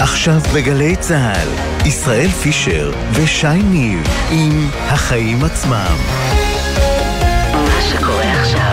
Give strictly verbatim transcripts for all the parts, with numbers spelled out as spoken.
עכשיו בגלי צהל, ישראל פישר ושי ניב עם החיים עצמם. מה שקורה עכשיו.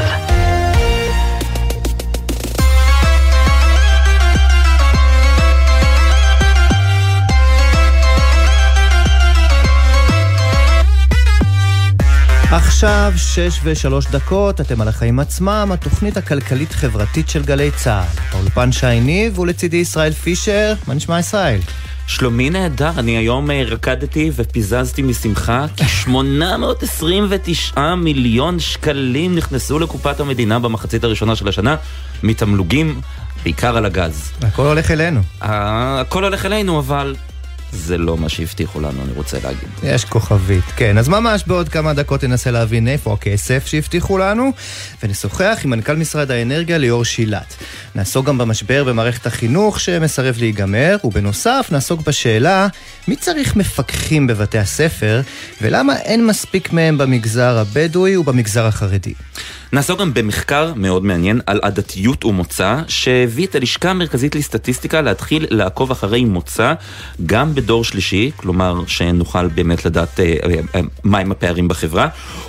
עכשיו שש ושלוש דקות, אתם על החיים עצמם, התוכנית הכלכלית-חברתית של גלי צהל. באולפן שי ניב ולצידי ישראל פישר. מה נשמע ישראל? שלומי נהדר, אני היום רקדתי ופיזזתי משמחה, כי שמונה מאות עשרים ותשעה מיליון שקלים נכנסו לקופת המדינה במחצית הראשונה של השנה, מתמלוגים בעיקר על הגז. הכל הולך אלינו. הכל הולך אלינו, אבל זה לא מה שהבטיחו לנו, אני רוצה להגיד. יש כוכבית, כן. אז ממש בעוד כמה דקות ננסה להבין איפה הכסף שהבטיחו לנו, ונשוחח עם מנכ"ל משרד האנרגיה ליאור שילת. נעסוק גם במשבר במערכת החינוך שמסרב להיגמר, ובנוסף נעסוק בשאלה מי צריך מפקחים בבתי הספר, ולמה אין מספיק מהם במגזר הבדואי ובמגזר החרדי. נעסוק גם במחקר מאוד מעניין על עדתיות ומוצא, שהביא את הלשכה המרכזית לסטטיסטיקה להתחיל לעקוב אחרי מוצא, גם בדור שלישי, כלומר שנוכל באמת לדעת אה, אה, מהם הפערים בחברה,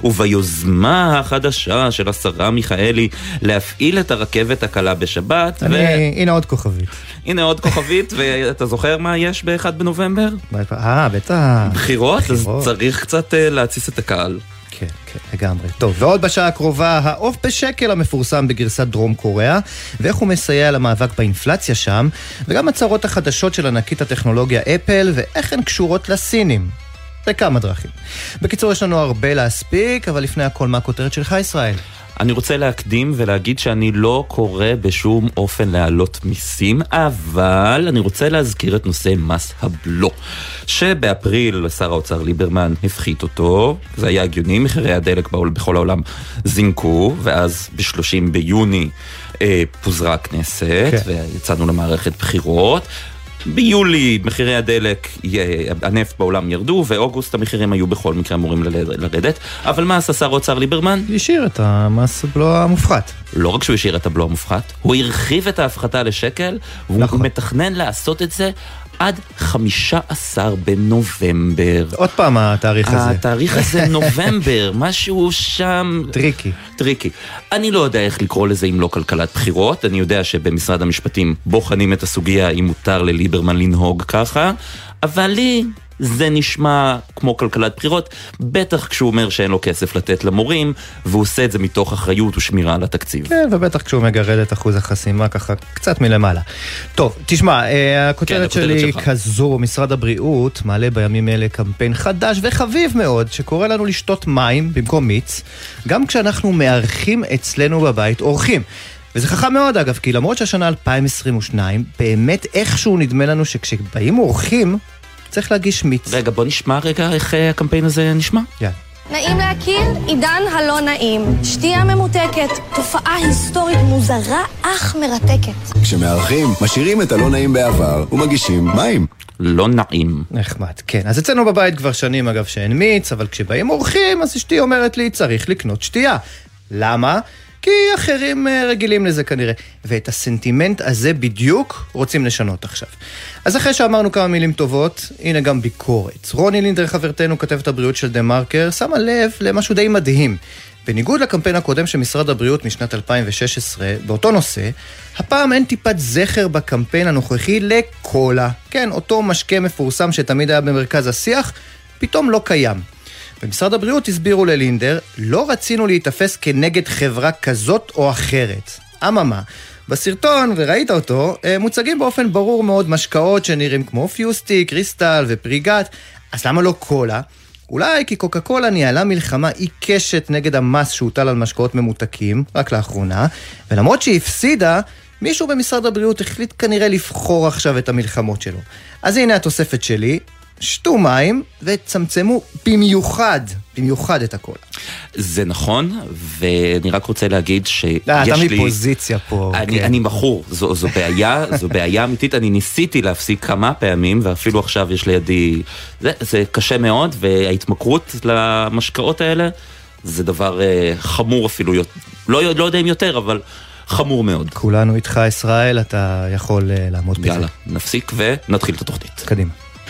וביוזמה החדשה של השרה מיכאלי להפעיל את הרכבת הקלה בשבת. אני, ו... הנה עוד כוכבית. הנה עוד כוכבית, ואתה זוכר מה יש ב-אחד בנובמבר? אה, בטח. בחירות, בחירות. אז צריך קצת אה, להציס את הקהל. כן, כן, לגמרי. טוב, ועוד בשעה הקרובה, העוף בשקל המפורסם בגרסת דרום קוריאה, ואיך הוא מסייע למאבק באינפלציה שם, וגם הצהרות החדשות של ענקית הטכנולוגיה אפל, ואיך הן קשורות לסינים. בכמה דרכים. בקיצור, יש לנו הרבה להספיק, אבל לפני הכל, מה הכותרת שלך, ישראל? אני רוצה להקדים ולהגיד שאני לא קורא בשום אופן להעלות מיסים, אבל אני רוצה להזכיר את נושא מס הבלו, שבאפריל שר האוצר ליברמן הפחית אותו, זה היה הגיוני, מחירי הדלק בכל העולם זינקו, ואז ב-שלושים ביוני אה, פוזרה הכנסת, כן. ויצאנו למערכת בחירות, ביולי מחירי הדלק, הנפט בעולם ירדו, ואוגוסט המחירים היו בכל מקרה אמורים לרדת. אבל מה עשה שר האוצר ליברמן? השאיר את המס הבלו המופחת. לא רק שהוא השאיר את הבלו המופחת, הוא הרחיב את ההפחתה לשקל, והוא נכון. מתכנן לעשות את זה עד חמישה עשר בנובמבר. עוד פעם התאריך הזה. התאריך הזה נובמבר, משהו שם... טריקי. טריקי. אני לא יודע איך לקרוא לזה אם לא כלכלת בחירות, אני יודע שבמשרד המשפטים בוחנים את הסוגיה אם מותר לליברמן לנהוג ככה, אבל לי זה נשמע כמו כלכלת בחירות, בטח כשהוא אומר שאין לו כסף לתת למורים, והוא עושה את זה מתוך אחריות ושמירה על התקציב. כן, ובטח כשהוא מגרד את אחוז החסימה ככה קצת מלמעלה. טוב, תשמע, הכותרת כן, שלי שלך. כזו, משרד הבריאות מעלה בימים אלה קמפיין חדש וחביב מאוד, שקורא לנו לשתות מים במקום מיץ, גם כשאנחנו מארחים אצלנו בבית אורחים. וזה חכם מאוד אגב, כי למרות שהשנה אלפיים עשרים ושתיים, באמת איכשהו נדמה לנו שכשבאים אורחים, צריך להגיש מיץ. רגע, בוא נשמע רגע איך הקמפיין הזה נשמע. כן. נעים להכיר, עידן הלא נעים. שתייה ממותקת, תופעה היסטורית מוזרה אך מרתקת. כשמארחים, משאירים את הלא נעים בעבר ומגישים מים. לא נעים. נחמד, כן. אז אצלנו בבית כבר שנים אגב שאין מיץ, אבל כשבאים אורחים, אז אשתי אומרת לי, צריך לקנות שתייה. למה? כי אחרים רגילים לזה כנראה. ואת הסנטימנט הזה בדיוק רוצים לשנות עכשיו. אז אחרי שאמרנו כמה מילים טובות, הנה גם ביקורת. רוני לינדר, חברתנו, כתבת הבריאות של דה מרקר, שמה לב למשהו די מדהים. בניגוד לקמפיין הקודם של משרד הבריאות משנת אלפיים ושש עשרה, באותו נושא, הפעם אין טיפת זכר בקמפיין הנוכחי לקולה. כן, אותו משקה מפורסם שתמיד היה במרכז השיח, פתאום לא קיים. במשרד הבריאות הסבירו ללינדר, לא רצינו להתאפס כנגד חברה כזאת או אחרת. אממה, בסרטון, וראית אותו, מוצגים באופן ברור מאוד משקאות שנראים כמו פיוסטי, קריסטל ופריגת, אז למה לא קולה? אולי כי קוקה קולה ניהלה מלחמה עיקשת נגד המס שהוטל על משקאות ממותקים, רק לאחרונה, ולמרות שהיא הפסידה, מישהו במשרד הבריאות החליט כנראה לבחור עכשיו את המלחמות שלו. אז הנה התוספת שלי, שתו מים וצמצמו במיוחד, במיוחד את הכל. זה נכון, ואני רק רוצה להגיד שיש לי... אתה מפוזיציה פה. אני, אני בחור, זו, זו בעיה, זו בעיה אמיתית. אני ניסיתי להפסיק כמה פעמים, ואפילו עכשיו יש לידי... זה, זה קשה מאוד, וההתמכרות למשקאות האלה, זה דבר חמור אפילו, לא, לא יודע אם יותר, אבל חמור מאוד. כולנו איתך ישראל, אתה יכול לעמוד בזה. יאללה, נפסיק ונתחיל את התוכנית. קדימה.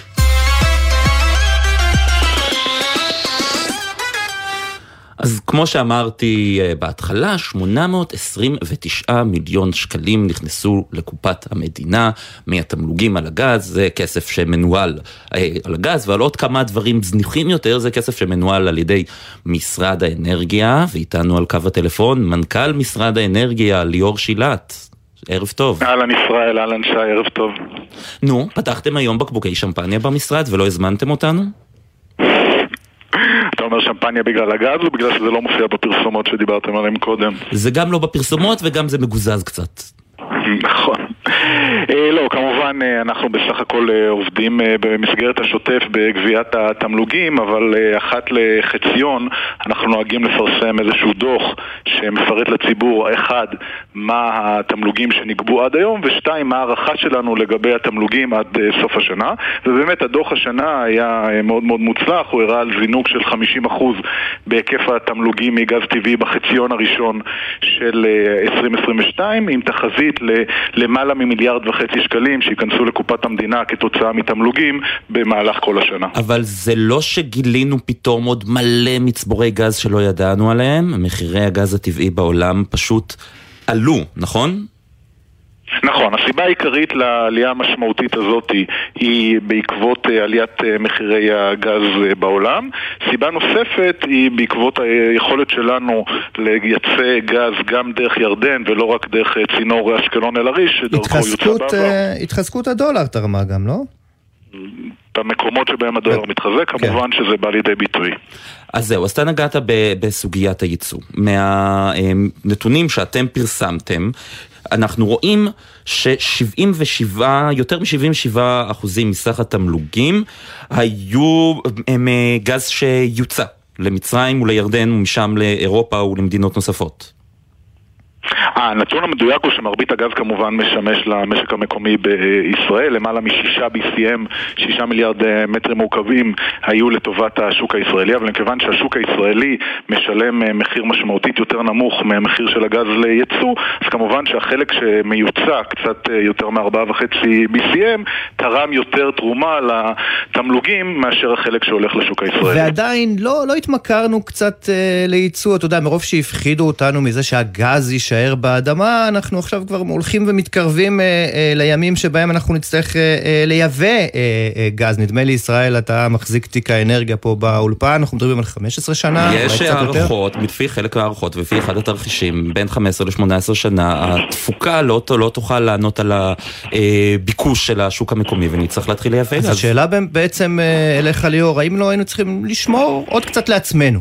אז כמו שאמרתי בהתחלה, שמונה מאות עשרים ותשעה מיליון שקלים נכנסו לקופת המדינה מהתמלוגים על הגז. זה כסף שמנוהל על הגז, ועל עוד כמה דברים זניחים יותר, זה כסף שמנוהל על ידי משרד האנרגיה, ואיתנו על קו הטלפון מנכ"ל משרד האנרגיה ליאור שילת. ערב טוב. אהלן ישראל, אהלן שי, ערב טוב. נו, פתחתם היום בקבוקי שמפניה במשרד ולא הזמנתם אותנו? אתה אומר שמפניה בגלל הגז או בגלל שזה לא מופיע בפרסומות שדיברתם עליהם קודם? זה גם לא בפרסומות וגם זה מגוזז קצת. נכון. לא, כמובן אנחנו בסך הכל עובדים במסגרת השוטף בגביית התמלוגים, אבל אחת לחציון אנחנו נוהגים לפרסם איזשהו דוח שמפרט לציבור, אחד, מה התמלוגים שנקבו עד היום, ושתיים, מה הערכה שלנו לגבי התמלוגים עד סוף השנה. ובאמת הדוח השנה היה מאוד מאוד מוצלח, הוא הראה על זינוק של חמישים אחוז בהיקף התמלוגים מגז טבעי בחציון הראשון של עשרים עשרים ושתיים, עם תחזית למעלה ממיליארד וחצי שקלים שיכנסו לקופת המדינה כתוצאה מתמלוגים במהלך כל השנה. אבל זה לא שגילינו פתאום עוד מלא מצבורי גז שלא ידענו עליהם, מחירי הגז הטבעי בעולם פשוט עלו, נכון? נכון, הסיבה העיקרית לעלייה המשמעותית הזאת היא בעקבות עליית מחירי הגז בעולם. סיבה נוספת היא בעקבות היכולת שלנו לייצא גז גם דרך ירדן ולא רק דרך צינור אשקלון אל עריש שדרכו יוצא בעבר. התחזקות הדולר תרמה גם, לא? במקומות שבהם הדולר מתחזק, כמובן שזה בא לידי ביטוי. אז זהו, אז אתה נגעת בסוגיית הייצוא. מהנתונים שאתם פרסמתם, אנחנו רואים ש-שבעים ושבע, יותר מ-שבעים ושבעה אחוזים מסך התמלוגים היו גז שיוצא למצרים ולירדן ומשם לאירופה ולמדינות נוספות. הנתון המדויק הוא שמרבית הגז כמובן משמש למשק המקומי בישראל, למעלה מ-שישה בי סי אם, שישה מיליארד מטרים מעוקבים היו לטובת השוק הישראלי, אבל מכיוון שהשוק הישראלי משלם מחיר משמעותית יותר נמוך מהמחיר של הגז לייצוא, אז כמובן שהחלק שמיוצא קצת יותר מ-ארבע וחצי בי סי אם תרם יותר תרומה לתמלוגים מאשר החלק שהולך לשוק הישראלי. ועדיין לא, לא התמכרנו קצת אה, לייצוא, אתה יודע, מרוב שהפחידו אותנו מזה שהגז יישאר באדמה, אנחנו עכשיו כבר הולכים ומתקרבים אה, אה, לימים שבהם אנחנו נצטרך אה, אה, לייבא אה, אה, גז. נדמה לי ישראל, אתה מחזיק תיק האנרגיה פה באולפן, אנחנו מדברים על חמש עשרה שנה. יש הערכות, לפי חלק מהערכות ולפי אחד התרחישים, בין חמש עשרה ל-שמונה עשרה שנה, התפוקה לא, לא תוכל לענות על הביקוש של השוק המקומי, ונצטרך להתחיל לייבא גז. אז השאלה בעצם אליך ליאור, האם לא היינו צריכים לשמור עוד קצת לעצמנו?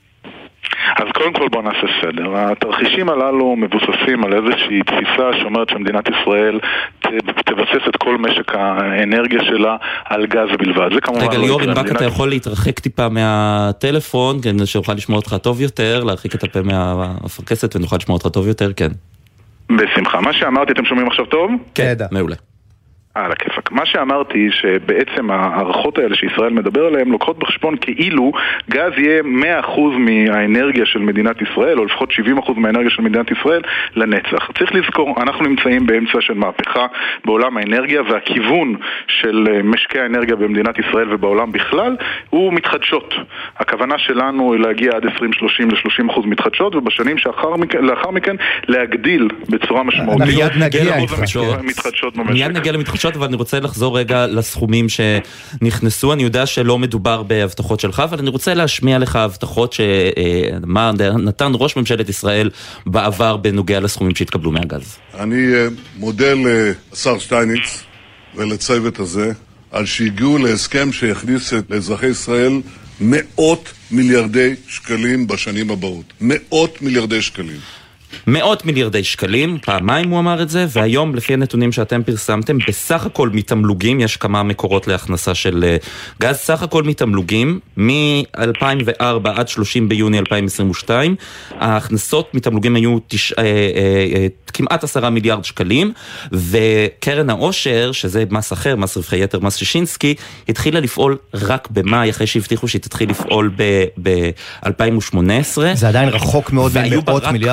אז קודם כל בוא נעשה סדר. התרחישים הללו מבוססים על איזושהי תפיסה שאומרת שמדינת ישראל תבסס את כל משק האנרגיה שלה על גז בלבד. זה כמובן... רגע ליאור, אם רק אתה יכול להתרחק טיפה מהטלפון, כן, שאוכל לשמוע אותך טוב יותר, להרחיק את הפה מהפרקסת ונוכל לשמוע אותך טוב יותר, כן. בשמחה. מה שאמרתי, אתם שומעים עכשיו טוב? כן, מעולה. על הכיפק. מה שאמרתי שבעצם הערכות האלה שישראל מדבר עליהן לוקחות בחשבון כאילו גז יהיה מאה אחוז מהאנרגיה של מדינת ישראל, או לפחות שבעים אחוז מהאנרגיה של מדינת ישראל לנצח. צריך לזכור, אנחנו נמצאים באמצע של מהפכה בעולם האנרגיה, והכיוון של משקי האנרגיה במדינת ישראל ובעולם בכלל הוא מתחדשות. הכוונה שלנו היא להגיע עד עשרים שלושים ל-שלושים אחוז מתחדשות, ובשנים שאחר מכן, לאחר מכן להגדיל בצורה משמעותית. מיד נגיע מתחדשות במשק. מיד נגיע למתחדשות, אבל אני רוצה לחזור רגע לסכומים שנכנסו. אני יודע שלא מדובר בהבטחות שלך, אבל אני רוצה להשמיע לך הבטחות שנתן ראש ממשלת ישראל בעבר בנוגע לסכומים שהתקבלו מהגז. אני מודה לשר שטייניץ ולצוות הזה על שהגיעו להסכם שהכניס לאזרחי ישראל מאות מיליארדי שקלים בשנים הבאות. מאות מיליארדי שקלים. מאות מיליארדי שקלים, פעמיים הוא אמר את זה, והיום לפי הנתונים שאתם פרסמתם, בסך הכל מתמלוגים, יש כמה מקורות להכנסה של גז, סך הכל מתמלוגים, מ-אלפיים וארבע עד שלושים ביוני אלפיים עשרים ושתיים, ההכנסות מתמלוגים היו תש... אה, אה, אה, כמעט עשרה מיליארד שקלים, וקרן העושר, שזה מס אחר, מס רווחי יתר, מס שישינסקי, התחילה לפעול רק במאי, אחרי שהבטיחו שהיא תתחיל לפעול ב-אלפיים ושמונה עשרה. זה עדיין רחוק מאוד בין מאות מיליארדים.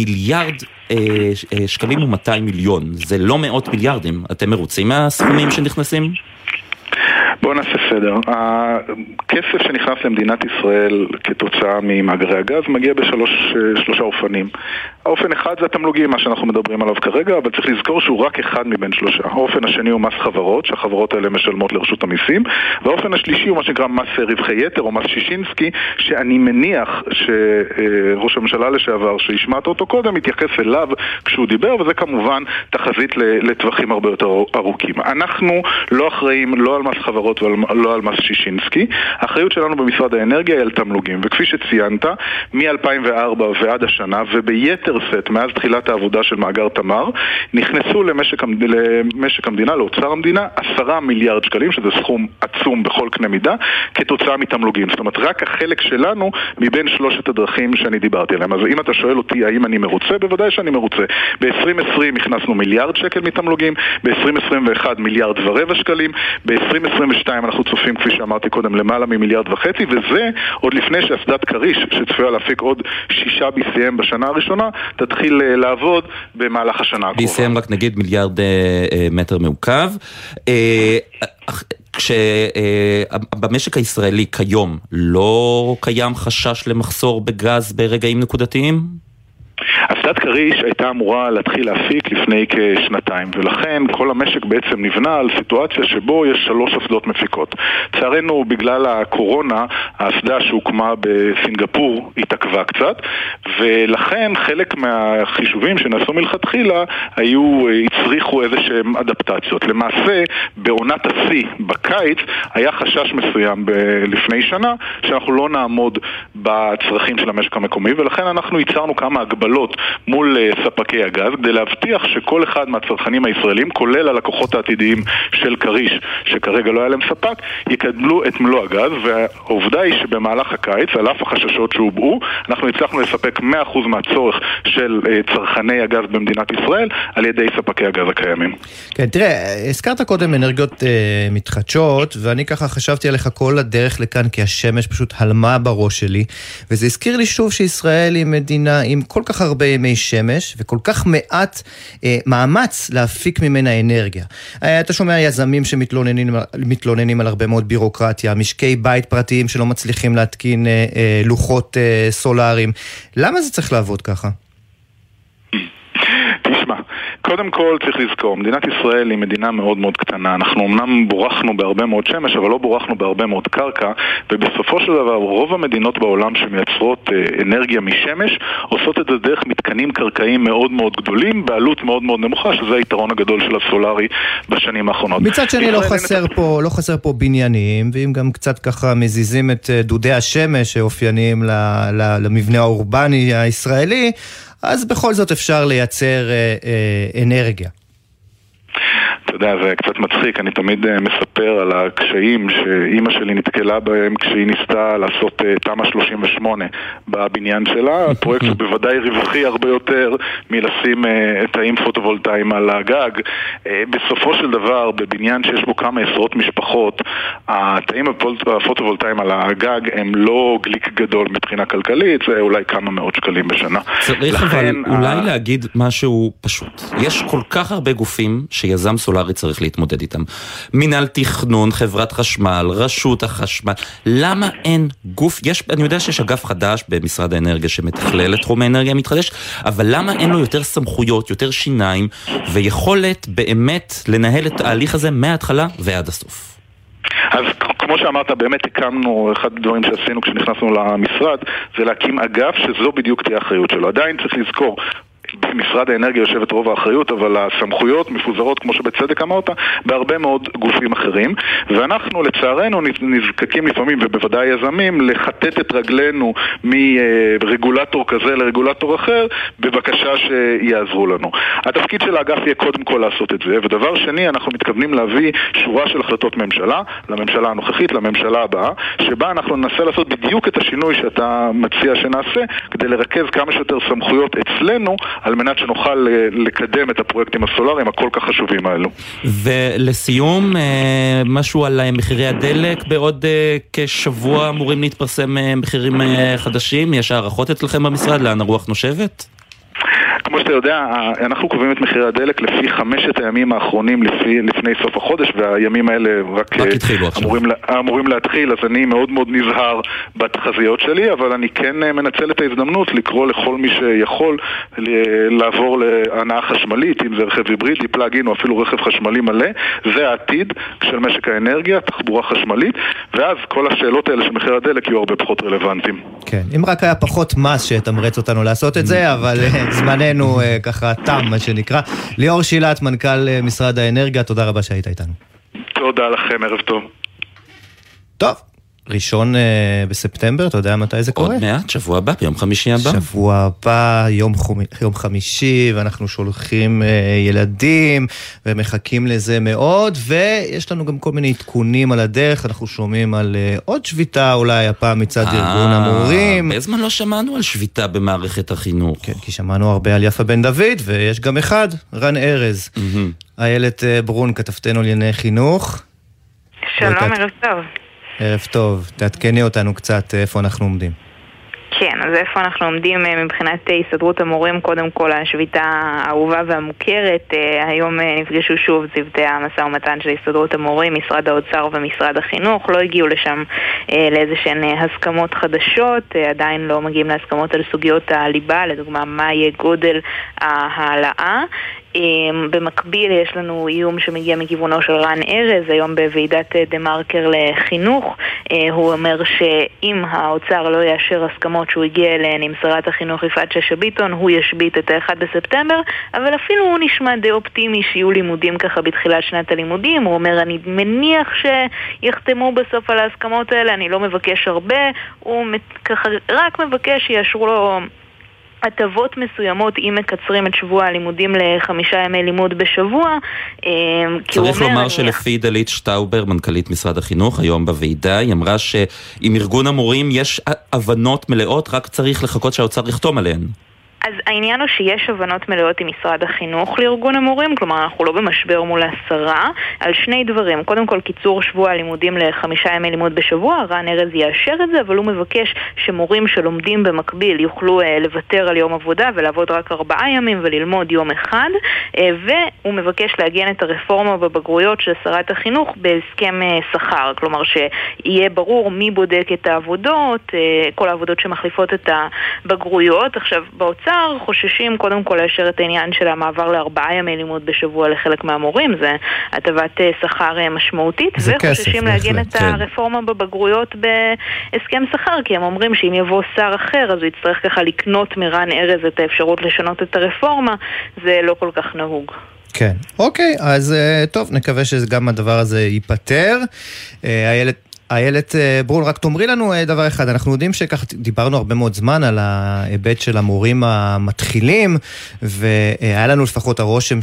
מיליארד אה, אה, שקלים ומאתיים מיליון. זה לא מאות מיליארדים. אתם מרוצים מהסכומים שנכנסים? בואו נעשה סדר. הכסף שנכנס למדינת ישראל כתוצאה ממאגרי הגז מגיע בשלוש שלושה אופנים. האופן אחד זה התמלוגים, מה שאנחנו מדברים עליו כרגע, אבל צריך לזכור שהוא רק אחד מבין שלושה. האופן השני הוא מס חברות, שהחברות האלה משלמות לרשות המיסים, והאופן השלישי הוא מה שנקרא מס רווחי יתר או מס שישינסקי, שאני מניח שראש הממשלה לשעבר שהשמעת אותו קודם התייחס אליו כשהוא דיבר, וזה כמובן תחזית לטווחים הרבה יותר ארוכים. אנחנו לא אחראים לא על מס חברות ולא על מס שישינסקי. האחריות שלנו במשרד האנרגיה היא על תמלוגים, וכפי שציינת, מ-אלפיים וארבע ועד השנה, וביתר סט, מאז תחילת העבודה של מאגר תמר, נכנסו למשק, למשק המדינה, לאוצר המדינה, עשרה מיליארד שקלים, שזה סכום עצום בכל קנה מידה, כתוצאה מתמלוגים. זאת אומרת, רק החלק שלנו מבין שלושת הדרכים שאני דיברתי עליהם. אז אם אתה שואל אותי האם אני מרוצה, בוודאי שאני מרוצה. ב-עשרים עשרים הכנסנו מיליארד שקל מתמלוגים, ב-עשרים עשרים ואחת מיליארד ורבע שקלים, ב-עשרים עשרים ושתיים אנחנו צופים, כפי שאמרתי קודם, למעלה ממיליארד וחצי, וזה עוד לפני שאסדת קריש, שצפויה להפיק עוד שישה בי סי אם בשנה הראשונה, תתחיל לעבוד במהלך השנה הקרובה. בי סי אם רק נגיד מיליארד מטר מעוקב. כשבמשק הישראלי כיום לא קיים חשש למחסור בגז ברגעים נקודתיים? אסדת קריש הייתה אמורה להתחיל להפיק לפני כשנתיים, ולכן כל המשק בעצם נבנה על סיטואציה שבו יש שלוש אסדות מפיקות. צערנו, בגלל הקורונה, האסדה שהוקמה בסינגפור התעכבה קצת, ולכן חלק מהחישובים שנעשו מלכתחילה היו, הצריכו איזה שהם אדפטציות. למעשה, בעונת השיא, בקיץ, היה חשש מסוים לפני שנה, שאנחנו לא נעמוד בצרכים של המשק המקומי, ולכן אנחנו ייצרנו כמה הגבלות מול ספקי הגז, כדי להבטיח שכל אחד מהצרכנים הישראלים, כולל הלקוחות העתידיים של קריש, שכרגע לא היה להם ספק, יקבלו את מלוא הגז, והעובדה היא שבמהלך הקיץ, על אף החששות שהובעו, אנחנו הצלחנו לספק מאה אחוז מהצורך של צרכני הגז במדינת ישראל, על ידי ספקי הגז הקיימים. כן, תראה, הזכרת קודם אנרגיות אה, מתחדשות, ואני ככה חשבתי עליך כל הדרך לכאן, כי השמש פשוט הלמה בראש שלי, וזה הזכיר לי שוב שישראל היא מדינה עם כל כך הרבה ימי שמש, וכל כך מעט אה, מאמץ להפיק ממנה אנרגיה. אה, אתה שומע יזמים שמתלוננים מתלוננים על הרבה מאוד בירוקרטיה, משקי בית פרטיים שלא מצליחים להתקין אה, אה, לוחות אה, סולאריים. למה זה צריך לעבוד ככה? תשמע, קודם כל צריך לזכור, מדינת ישראל היא מדינה מאוד מאוד קטנה. אנחנו אמנם בורחנו בהרבה מאוד שמש, אבל לא בורחנו בהרבה מאוד קרקע, ובסופו של דבר רוב המדינות בעולם שמייצרות אנרגיה משמש עושות את זה דרך מתקנים קרקעיים מאוד מאוד גדולים, בעלות מאוד מאוד נמוכה, שזה היתרון הגדול של הסולארי בשנים האחרונות. מצד שני לא חסר פה, לא חסר פה בניינים, ואם גם קצת ככה מזיזים את דודי השמש שאופייניים למבנה האורבני הישראלי, אז בכל זאת אפשר לייצר אה, אה, אנרגיה. אתה יודע, זה קצת מצחיק, אני תמיד מספר על הקשיים שאימא שלי נתקלה בהם כשהיא ניסתה לעשות תמ"א שלושים ושמונה בבניין שלה. הפרויקט הוא בוודאי רווחי הרבה יותר מלשים תאים פוטו-וולטאים על הגג. בסופו של דבר, בבניין שיש בו כמה עשרות משפחות, התאים הפוטו-וולטאים על הגג הם לא גליק גדול מבחינה כלכלית, זה אולי כמה מאות שקלים בשנה. צריך אבל אולי להגיד משהו פשוט. יש כל כך הרבה גופים שיזם סולארי צריך להתמודד איתם. מנהל תכנון, חברת חשמל, רשות החשמל. למה אין גוף? יש, אני יודע שיש אגף חדש במשרד האנרגיה שמתכלל את תחום האנרגיה המתחדשת, אבל למה אין לו יותר סמכויות, יותר שיניים, ויכולת באמת לנהל את ההליך הזה מההתחלה ועד הסוף? אז כמו שאמרת, באמת הקמנו, אחד הדברים שעשינו כשנכנסנו למשרד, זה להקים אגף שזו בדיוק תהיה האחריות שלו. עדיין צריך לזכור, במשרד האנרגיה יושבת רוב האחריות, אבל הסמכויות מפוזרות, כמו שבצדק אמרת, בהרבה מאוד גופים אחרים, ואנחנו לצערנו נזקקים לפעמים, ובוודאי יזמים, לחטט את רגלינו מרגולטור כזה לרגולטור אחר, בבקשה שיעזרו לנו. התפקיד של האגף יהיה קודם כל לעשות את זה, ודבר שני, אנחנו מתכוונים להביא שורה של החלטות ממשלה, לממשלה הנוכחית, לממשלה הבאה, שבה אנחנו ננסה לעשות בדיוק את השינוי שאתה מציע שנעשה, כדי לרכז כמה שיותר סמכויות אצלנו, על מנת שנוכל לקדם את הפרויקטים הסולאריים הכל כך חשובים האלו. ולסיום, משהו על מחירי הדלק, בעוד כשבוע אמורים להתפרסם מחירים חדשים, יש הערכות אצלכם במשרד, לאן הרוח נושבת? כמו שאתה יודע, אנחנו קובעים את מחירי הדלק לפי חמשת הימים האחרונים לפי, לפני סוף החודש, והימים האלה רק, רק אמורים, אמורים להתחיל, אז אני מאוד מאוד נזהר בתחזיות שלי, אבל אני כן מנצל את ההזדמנות לקרוא לכל מי שיכול לעבור להנאה חשמלית, אם זה רכב היברידי, פלאגין או אפילו רכב חשמלי מלא. זה העתיד של משק האנרגיה, תחבורה חשמלית, ואז כל השאלות האלה של מחיר הדלק יהיו הרבה פחות רלוונטיים. כן, אם רק היה פחות מס שתמרץ אותנו לעשות את זה, אבל זמננו ככה תם, מה שנקרא. ליאור שילת, מנכ"ל משרד האנרגיה, תודה רבה שהיית איתנו. תודה לכם, ערב טוב. טוב. ראשון בספטמבר, אתה יודע מתי זה קורה? עוד מעט, שבוע הבא, ביום חמישי הבא. שבוע הבא, יום, יום חמישי, ואנחנו שולחים ילדים, ומחכים לזה מאוד, ויש לנו גם כל מיני עדכונים על הדרך, אנחנו שומעים על עוד שביתה, אולי הפעם מצד ארגון המורים. בזמן לא שמענו על שביתה במערכת החינוך. כן, כי שמענו הרבה על יפה בן דוד, ויש גם אחד, רן ארז. איילת ברון, כתבתנו לענייני חינוך. שלום, ערב טוב. ערב טוב, תעדכני אותנו קצת איפה אנחנו עומדים. כן, אז איפה אנחנו עומדים מבחינת הסתדרות המורים? קודם כל השביתה האהובה והמוכרת, היום נפגשו שוב צוותי המשא ומתן של הסתדרות המורים, משרד האוצר ומשרד החינוך, לא הגיעו לשם לאיזשהן הסכמות חדשות, עדיין לא מגיעים להסכמות על סוגיות הליבה, לדוגמה מה יהיה גודל ההעלאה. במקביל יש לנו איום שמגיע מכיוונו של רן ארז, היום בוועידת דה מרקר לחינוך. הוא אומר שאם האוצר לא יאשר הסכמות שהוא הגיע אליהן עם שרת החינוך יפעת שאשא ביטון, הוא ישבית את האחד בספטמבר, אבל אפילו הוא נשמע די אופטימי שיהיו לימודים ככה בתחילת שנת הלימודים. הוא אומר, אני מניח שיחתמו בסוף על ההסכמות האלה, אני לא מבקש הרבה, הוא ככה רק מבקש שיאשרו לו הטבות מסוימות אם מקצרים את שבוע הלימודים לחמישה ימי לימוד בשבוע. צריך לומר שלפי דלית שטאובר, מנכ"לית משרד החינוך, היום בוועידה, היא אמרה שעם ארגון המורים יש הבנות מלאות, רק צריך לחכות שהאוצר יחתום עליהן. אז העניין הוא שיש הבנות מלאות עם משרד החינוך לארגון המורים, כלומר אנחנו לא במשבר מול השרה, על שני דברים. קודם כל קיצור שבוע הלימודים לחמישה ימי לימוד בשבוע, רן ארז יאשר את זה, אבל הוא מבקש שמורים שלומדים במקביל יוכלו אה, לוותר על יום עבודה ולעבוד רק ארבעה ימים וללמוד יום אחד, אה, והוא מבקש להגן את הרפורמה בבגרויות של שרת החינוך בהסכם אה, שכר, כלומר שיהיה ברור מי בודק את העבודות, אה, כל העבודות שמחליפות את הבגרויות. עכשיו באוצר חוששים קודם כל לאשר את העניין של המעבר לארבעה ימי לימוד בשבוע לחלק מהמורים, זה הטבת שכר משמעותית, וחוששים להגן את הרפורמה בבגרויות בהסכם שכר, כי הם אומרים שאם יבוא שר אחר אז הוא יצטרך ככה לקנות מרן ארז את האפשרות לשנות את הרפורמה, זה לא כל כך נהוג. כן, אוקיי, אז טוב, נקווה שגם הדבר הזה ייפטר. איילת איילת ברון, רק תאמרי לנו דבר אחד, אנחנו יודעים שכך דיברנו הרבה מאוד זמן על ההיבט של המורים המתחילים, והיה לנו לפחות הרושם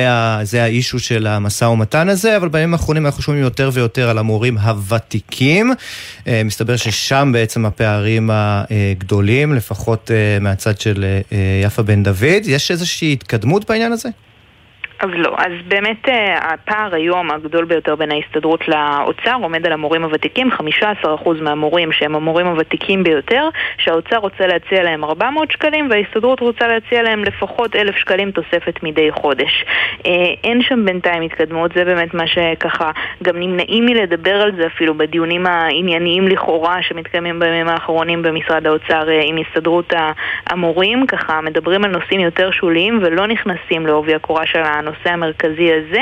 שזה האישו של המשא ומתן הזה, אבל בימים האחרונים אנחנו שומעים יותר ויותר על המורים הוותיקים, מסתבר ששם בעצם הפערים הגדולים, לפחות מהצד של יפה בן דוד. יש איזושהי התקדמות בעניין הזה? אז לא, אז באמת הפער היום הגדול ביותר בין ההסתדרות לאוצר עומד על המורים הוותיקים, חמישה עשר אחוז מהמורים שהם המורים הוותיקים ביותר, שהאוצר רוצה להציע להם ארבע מאות שקלים וההסתדרות רוצה להציע להם לפחות אלף שקלים תוספת מדי חודש. אין שם בינתיים התקדמות, זה באמת מה שככה גם נמנעים מלדבר על זה אפילו בדיונים הענייניים לכאורה שמתקיימים בימים האחרונים במשרד האוצר עם הסתדרות המורים, ככה מדברים על נושאים יותר שוליים ולא נכנסים לעובי הקורה של הנושא המרכזי הזה.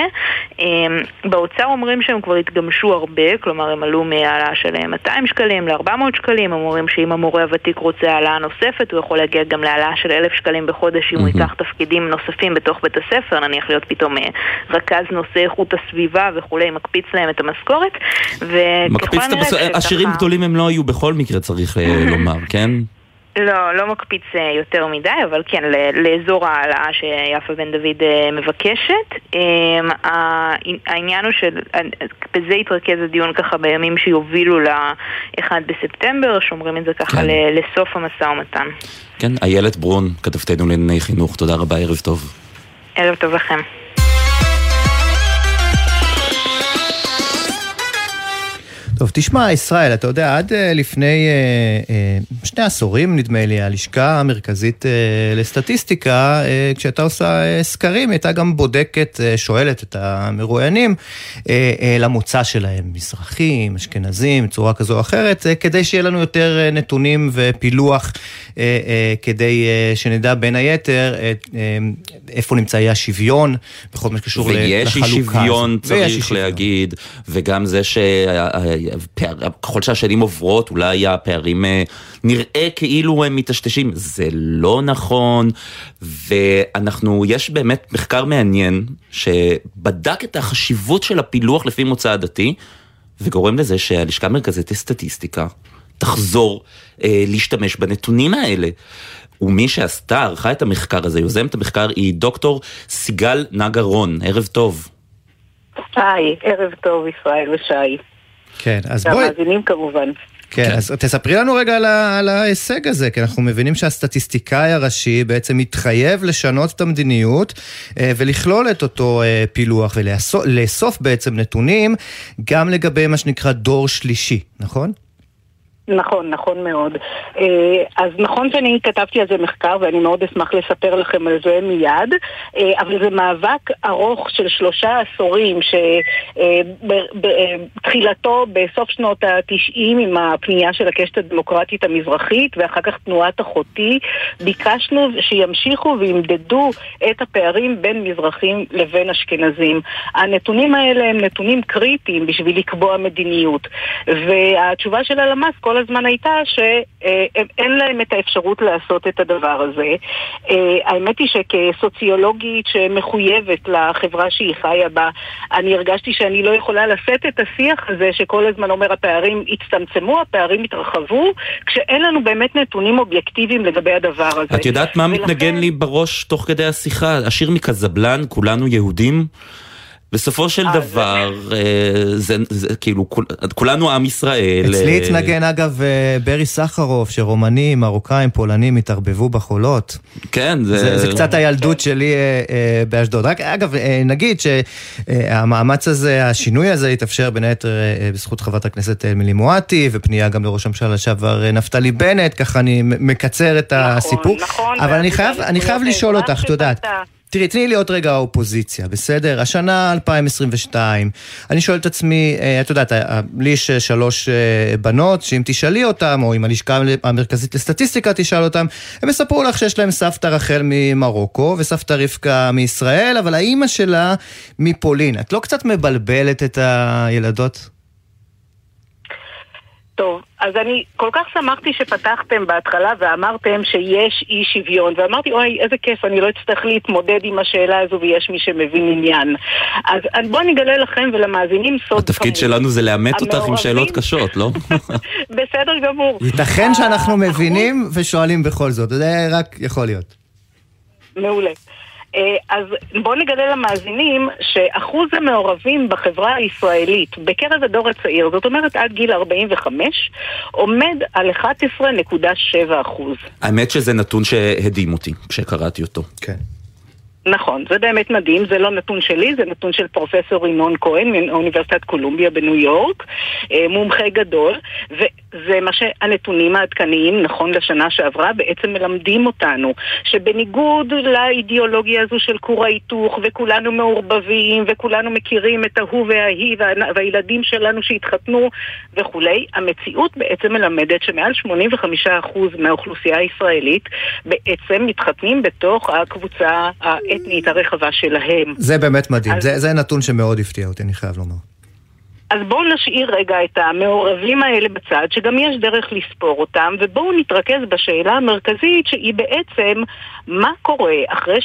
באוצר אומרים שהם כבר התגמשו הרבה, כלומר הם עלו מהעלה של מאתיים שקלים ל-ארבע מאות שקלים, הם אומרים שאם המורה הוותיק רוצה העלה נוספת, הוא יכול להגיע גם להעלה של אלף שקלים בחודש אם הוא ייקח תפקידים נוספים בתוך בית הספר, נניח להיות פתאום רכז נושא איכות הסביבה וכולי, מקפיץ להם את המשכורת. מקפיץ את המשכורת, עשירים גדולים הם לא היו בכל מקרה צריך לומר, כן? לא, לא מקפיץ יותר מדי, אבל כן, לאזור העלאה שיפה בן דוד מבקשת. העניין הוא שבזה יתרכז הדיון ככה בימים שיובילו ל-אחד בספטמבר, שומרים את זה ככה לסוף המשא ומתן. כן, איילת ברון, כתבתנו לענייני חינוך, תודה רבה, ערב טוב. ערב טוב לכם. טוב, תשמע, ישראל, אתה יודע, עד לפני שני עשורים, נדמה לי, הלשכה המרכזית לסטטיסטיקה, כשאתה עושה סקרים, הייתה גם בודקת, שואלת את המרואיינים למוצא שלהם, מזרחים, אשכנזים, צורה כזו או אחרת, כדי שיהיה לנו יותר נתונים ופילוח, כדי שנדע בין היתר איפה נמצא יהיה השוויון, בכל מה שקשור לחלוקה. ויש שוויון, צריך להגיד, וגם זה ש... ככל שהשנים עוברות, אולי הפערים נראה כאילו הם מתשתשים, זה לא נכון, ואנחנו, יש באמת מחקר מעניין, שבדק את החשיבות של הפילוח לפי מוצא עדתי, וגורם לזה שהלשכה המרכזית לסטטיסטיקה תחזור אה, להשתמש בנתונים האלה. ומי שעשתה, ערכה את המחקר הזה, יוזמת המחקר, היא דוקטור סיגל נגרון. ערב טוב. היי, ערב טוב ישראל ושי. כן, אז בואי... והמאזינים כמובן. כן, אז תספרי לנו רגע על, על ההישג הזה, כי אנחנו מבינים שהסטטיסטיקאי הראשי בעצם מתחייב לשנות את המדיניות ולכלול את אותו פילוח ולאסוף בעצם נתונים גם לגבי מה שנקרא דור שלישי, נכון? נכון, נכון מאוד. אז נכון שאני כתבתי על זה מחקר, ואני מאוד אשמח לספר לכם על זה מיד, אבל זה מאבק ארוך של שלושה עשורים, שבתחילתו בסוף שנות התשעים עם הפנייה של הקשת הדמוקרטית המזרחית, ואחר כך תנועת אחותי, ביקשנו שימשיכו וימדדו את הפערים בין מזרחים לבין אשכנזים. הנתונים האלה הם נתונים קריטיים בשביל לקבוע מדיניות, והתשובה של הלמ"ס כל הזמן הייתה שאין להם את האפשרות לעשות את הדבר הזה. האמת היא שכסוציולוגית שמחויבת לחברה שהיא חיה בה, אני הרגשתי שאני לא יכולה לשאת את השיח הזה שכל הזמן אומר הפערים הצטמצמו, הפערים התרחבו, כשאין לנו באמת נתונים אובייקטיביים לגבי הדבר הזה. את יודעת מה מתנגן לי בראש תוך כדי השיחה? השיר מקזבלן, כולנו יהודים? בסופו של דבר, זה, זה, כאילו, כולנו עם ישראל. אצלי התנגן אגב ברי סחרוף, שרומנים, מרוקאים, פולנים התערבבו בחולות. כן, זה... זה, זה קצת הילדות שלי באשדוד. רק, אגב, נגיד שהמאמץ הזה, השינוי הזה התאפשר בין היתר בזכות חברת הכנסת אמילי מואטי, ופנייה גם לראש הממשלה לשעבר נפתלי בנט, ככה אני מקצר את הסיפור. נכון, אבל אני חייב, אני חייב לשאול אותך, תודעת. תראי, תני לי עוד רגע האופוזיציה, בסדר? השנה אלפיים עשרים ושתיים, אני שואל את עצמי, את יודעת, לי יש שלוש בנות, שאם תשאלי אותם, או אם הלשכה המרכזית לסטטיסטיקה תשאל אותם, הם יספרו לך שיש להם סבתא רחל ממרוקו, וסבתא רבקה מישראל, אבל האמא שלה מפולין. את לא קצת מבלבלת את הילדות? טוב, אז אני כל כך שמחתי שפתחתם בהתחלה ואמרתם שיש אי שוויון, ואמרתי, אוי, איזה כיף, אני לא אצטרך להתמודד עם השאלה הזו ויש מי שמבין עניין. אז בואו נגלה לכם ולמאזינים סוד. התפקיד שלנו זה לאמת אותך עם שאלות קשות, לא? בסדר גמור. ייתכן שאנחנו מבינים ושואלים בכל זאת, זה רק יכול להיות. מעולה. אז בואו נגלה למאזינים שאחוז המעורבים בחברה הישראלית בקרב הדור הצעיר, זאת אומרת עד גיל ארבעים וחמש, עומד על אחת עשרה נקודה שבע אחוז. האמת שזה נתון שהדהים אותי כשקראתי אותו. כן. נכון, זה באמת מדהים, זה לא נתון שלי, זה נתון של פרופסור ינון כהן מאוניברסיטת קולומביה בניו יורק, מומחה גדול, וזה מה שהנתונים העדכניים, נכון לשנה שעברה, בעצם מלמדים אותנו, שבניגוד לאידיאולוגיה הזו של כור ההיתוך, וכולנו מעורבבים, וכולנו מכירים את ההוא וההיא, והילדים שלנו שהתחתנו וכולי, המציאות בעצם מלמדת שמעל שמונים וחמישה אחוז מהאוכלוסייה הישראלית בעצם מתחתנים בתוך הקבוצה האתנית הרחבה שלהם. זה באמת מדהים, אז... זה, זה נתון שמאוד הפתיע אותי, אני חייב לומר. אז בואו נשאיר רגע את המעורבים האלה בצד, שגם יש דרך לספור אותם, ובואו נתרכז בשאלה המרכזית שהיא בעצם מה קורה אחרי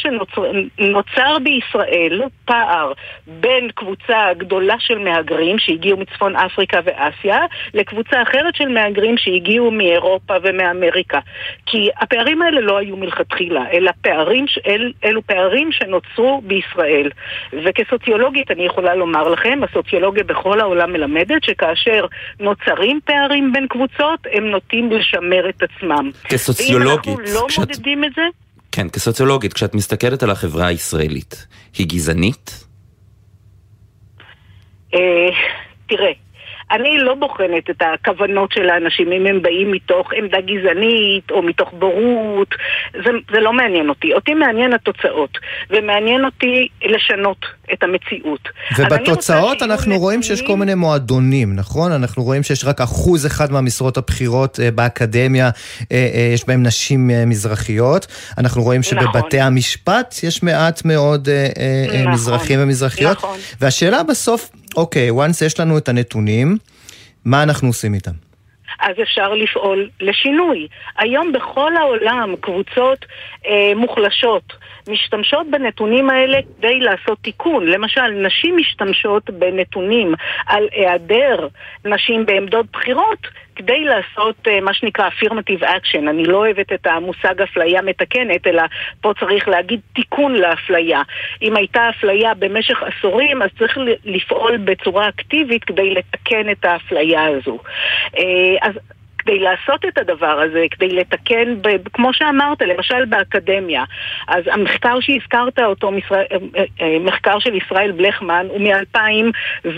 שנוצר בישראל פער בין קבוצה גדולה של מהגרים שהגיעו מצפון אפריקה ואסיה, לקבוצה אחרת של מהגרים שהגיעו מאירופה ומאמריקה. כי הפערים האלה לא היו מלכתחילה, אלא פערים, אל, אלו פערים שנוצרו בישראל. וכסוציולוגית אני יכולה לומר לכם, הסוציולוגיה בכל העולם מלמדת שכאשר נוצרים פערים בין קבוצות, הם נוטים לשמר את עצמם. כסוציולוגית. ואם אנחנו לא כשאת... מודדים את זה... כן, כסוציולוגית, כשאת מסתכלת על החברה הישראלית, היא גזענית? אה, תראה, אני לא בוחנת את הכוונות של האנשים, אם הם באים מתוך עמדה גזענית או מתוך בורות, זה, זה לא מעניין אותי. אותי מעניין התוצאות, ומעניין אותי לשנות את המציאות. ובתוצאות אנחנו רואים שיש כל מיני מועדונים, נכון? אנחנו רואים שיש רק אחוז אחד מהמשרות הבחירות באקדמיה, יש בהם נשים מזרחיות. אנחנו רואים שבבתי המשפט יש מעט מאוד מזרחים ומזרחיות. והשאלה בסוף, אוקיי, once יש לנו את הנתונים, מה אנחנו עושים איתם? אז אפשר לפעול לשינוי. היום בכל העולם קבוצות אה, מוחלשות משתמשות בנתונים האלה כדי לעשות תיקון. למשל, נשים משתמשות בנתונים על היעדר נשים בעמדות בחירות כדי לעשות uh, מה שנקרא affirmative action. אני לא אוהבת את המושג אפליה מתקנת, אלא פה צריך להגיד תיקון לאפליה. אם הייתה אפליה במשך עשורים, אז צריך לפעול בצורה אקטיבית כדי לתקן את האפליה הזו. Uh, אז כדי לעשות את הדבר הזה, כדי לתקן, ב, כמו שאמרת, למשל באקדמיה, אז המחקר שהזכרת אותו, מחקר של ישראל בלכמן, הוא מ-אלפיים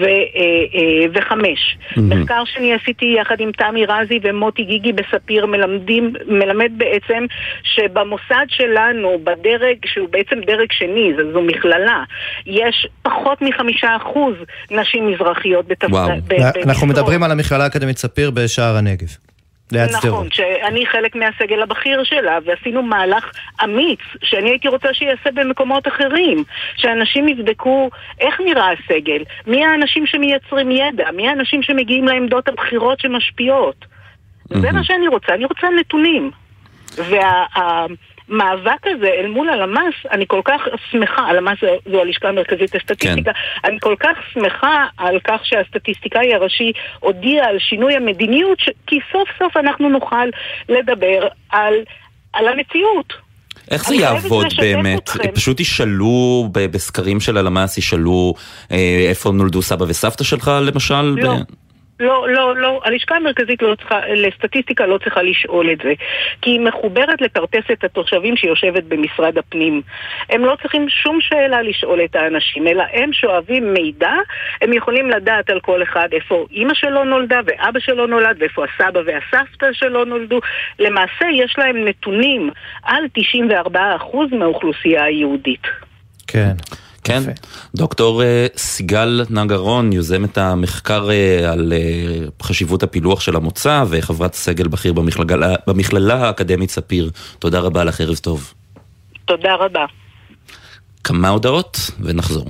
וחמש. Mm-hmm. מחקר שאני עשיתי יחד עם תמי רזי ומוטי גיגי בספיר, מלמדים, מלמד בעצם שבמוסד שלנו, בדרג, שהוא בעצם דרג שני, זו מכללה, יש פחות מחמישה אחוז נשים מזרחיות בתפקיד. אנחנו מדברים על המכללה האקדמית ספיר בשער הנגב. נכון, שאני חלק מהסגל הבכיר שלה, ועשינו מהלך אמיץ שאני הייתי רוצה שיעשה במקומות אחרים, שאנשים יבדקו איך נראה הסגל, מי האנשים שמייצרים ידע, מי האנשים שמגיעים לעמדות הבחירות שמשפיעות. זה מה שאני רוצה, אני רוצה נתונים. והמאבק הזה אל מול הלמ"ס, אני כל כך שמחה, הלמ"ס זו הלשכה המרכזית לסטטיסטיקה, אני כל כך שמחה על כך שהסטטיסטיקאי הראשי הודיע על שינוי המדיניות, כי סוף סוף אנחנו נוכל לדבר על, על המציאות. איך זה יעבוד באמת? פשוט ישאלו בסקרים של הלמ"ס, ישאלו איפה נולדו סבא וסבתא שלך למשל? לא. לא, לא, לא. הלשכה המרכזית לא צריכה, לסטטיסטיקה לא צריכה לשאול את זה. כי היא מחוברת לכרטסת התושבים שיושבת במשרד הפנים. הם לא צריכים שום שאלה לשאול את האנשים, אלא הם שואבים מידע, הם יכולים לדעת על כל אחד איפה אמא שלו נולדה ואבא שלו נולד, ואיפה הסבא והסבתא שלו נולדו. למעשה יש להם נתונים על תשעים וארבעה אחוז מהאוכלוסייה היהודית. כן. כן, דוקטור סיגל נגרון, יוזמת המחקר על חשיבות הפילוח של המוצא וחברת סגל בכיר במכללה האקדמית ספיר. תודה רבה לך, ערב טוב. תודה רבה. כמה הודעות ונחזור.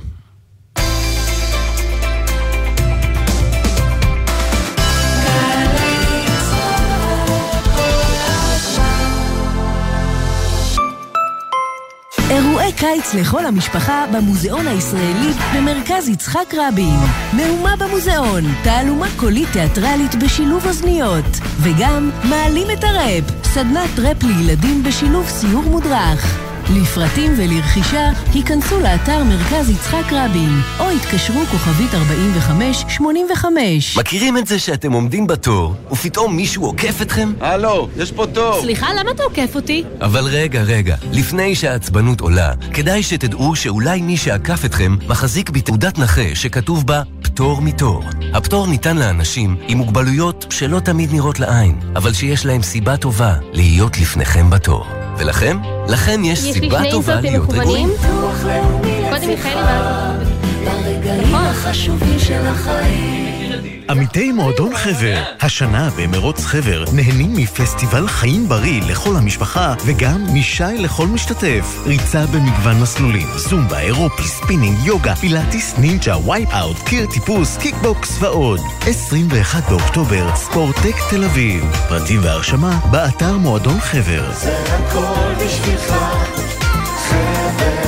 אירועי קיץ לכל המשפחה במוזיאון הישראלי במרכז יצחק רבין. מהומה במוזיאון, תעלומה קולית תיאטרלית בשילוב אוזניות. וגם מעלים את הראפ, סדנת ראפ לילדים בשילוב סיור מודרך. לפרטים ולרכישה, היכנסו לאתר מרכז יצחק רבין, או התקשרו כוכבית ארבעים וחמש שמונים וחמש. מכירים את זה שאתם עומדים בתור, ופתאום מישהו עוקף אתכם? הלו, יש פה תור. סליחה, למה אתה עוקף אותי? אבל רגע, רגע, לפני שהעצבנות עולה, כדאי שתדעו שאולי מי שעקף אתכם מחזיק בתעודת נכה שכתוב בה פטור מתור. הפטור ניתן לאנשים עם מוגבלויות שלא תמיד נראות לעין, אבל שיש להם סיבה טובה להיות לפניכם בתור. ולכם? לכם יש סיבה טובה להיות רגועים. קודם מיכאלי ואז לרגעים החשובים של החיים. עמיתי מועדון חבר, השנה במרוץ חבר נהנים מפסטיבל חיים בריא לכל המשפחה וגם משי לכל משתתף. ריצה במגוון מסלולים, זומבה, אירופי, ספינינג, יוגה, פילאטיס, נינג'ה, וייפ אאוט, קיר טיפוס, קיקבוקס ועוד. עשרים ואחד באוקטובר, ספורטק תל אביב. פרטים והרשמה באתר מועדון חבר. זה הכל בשבילך חבר.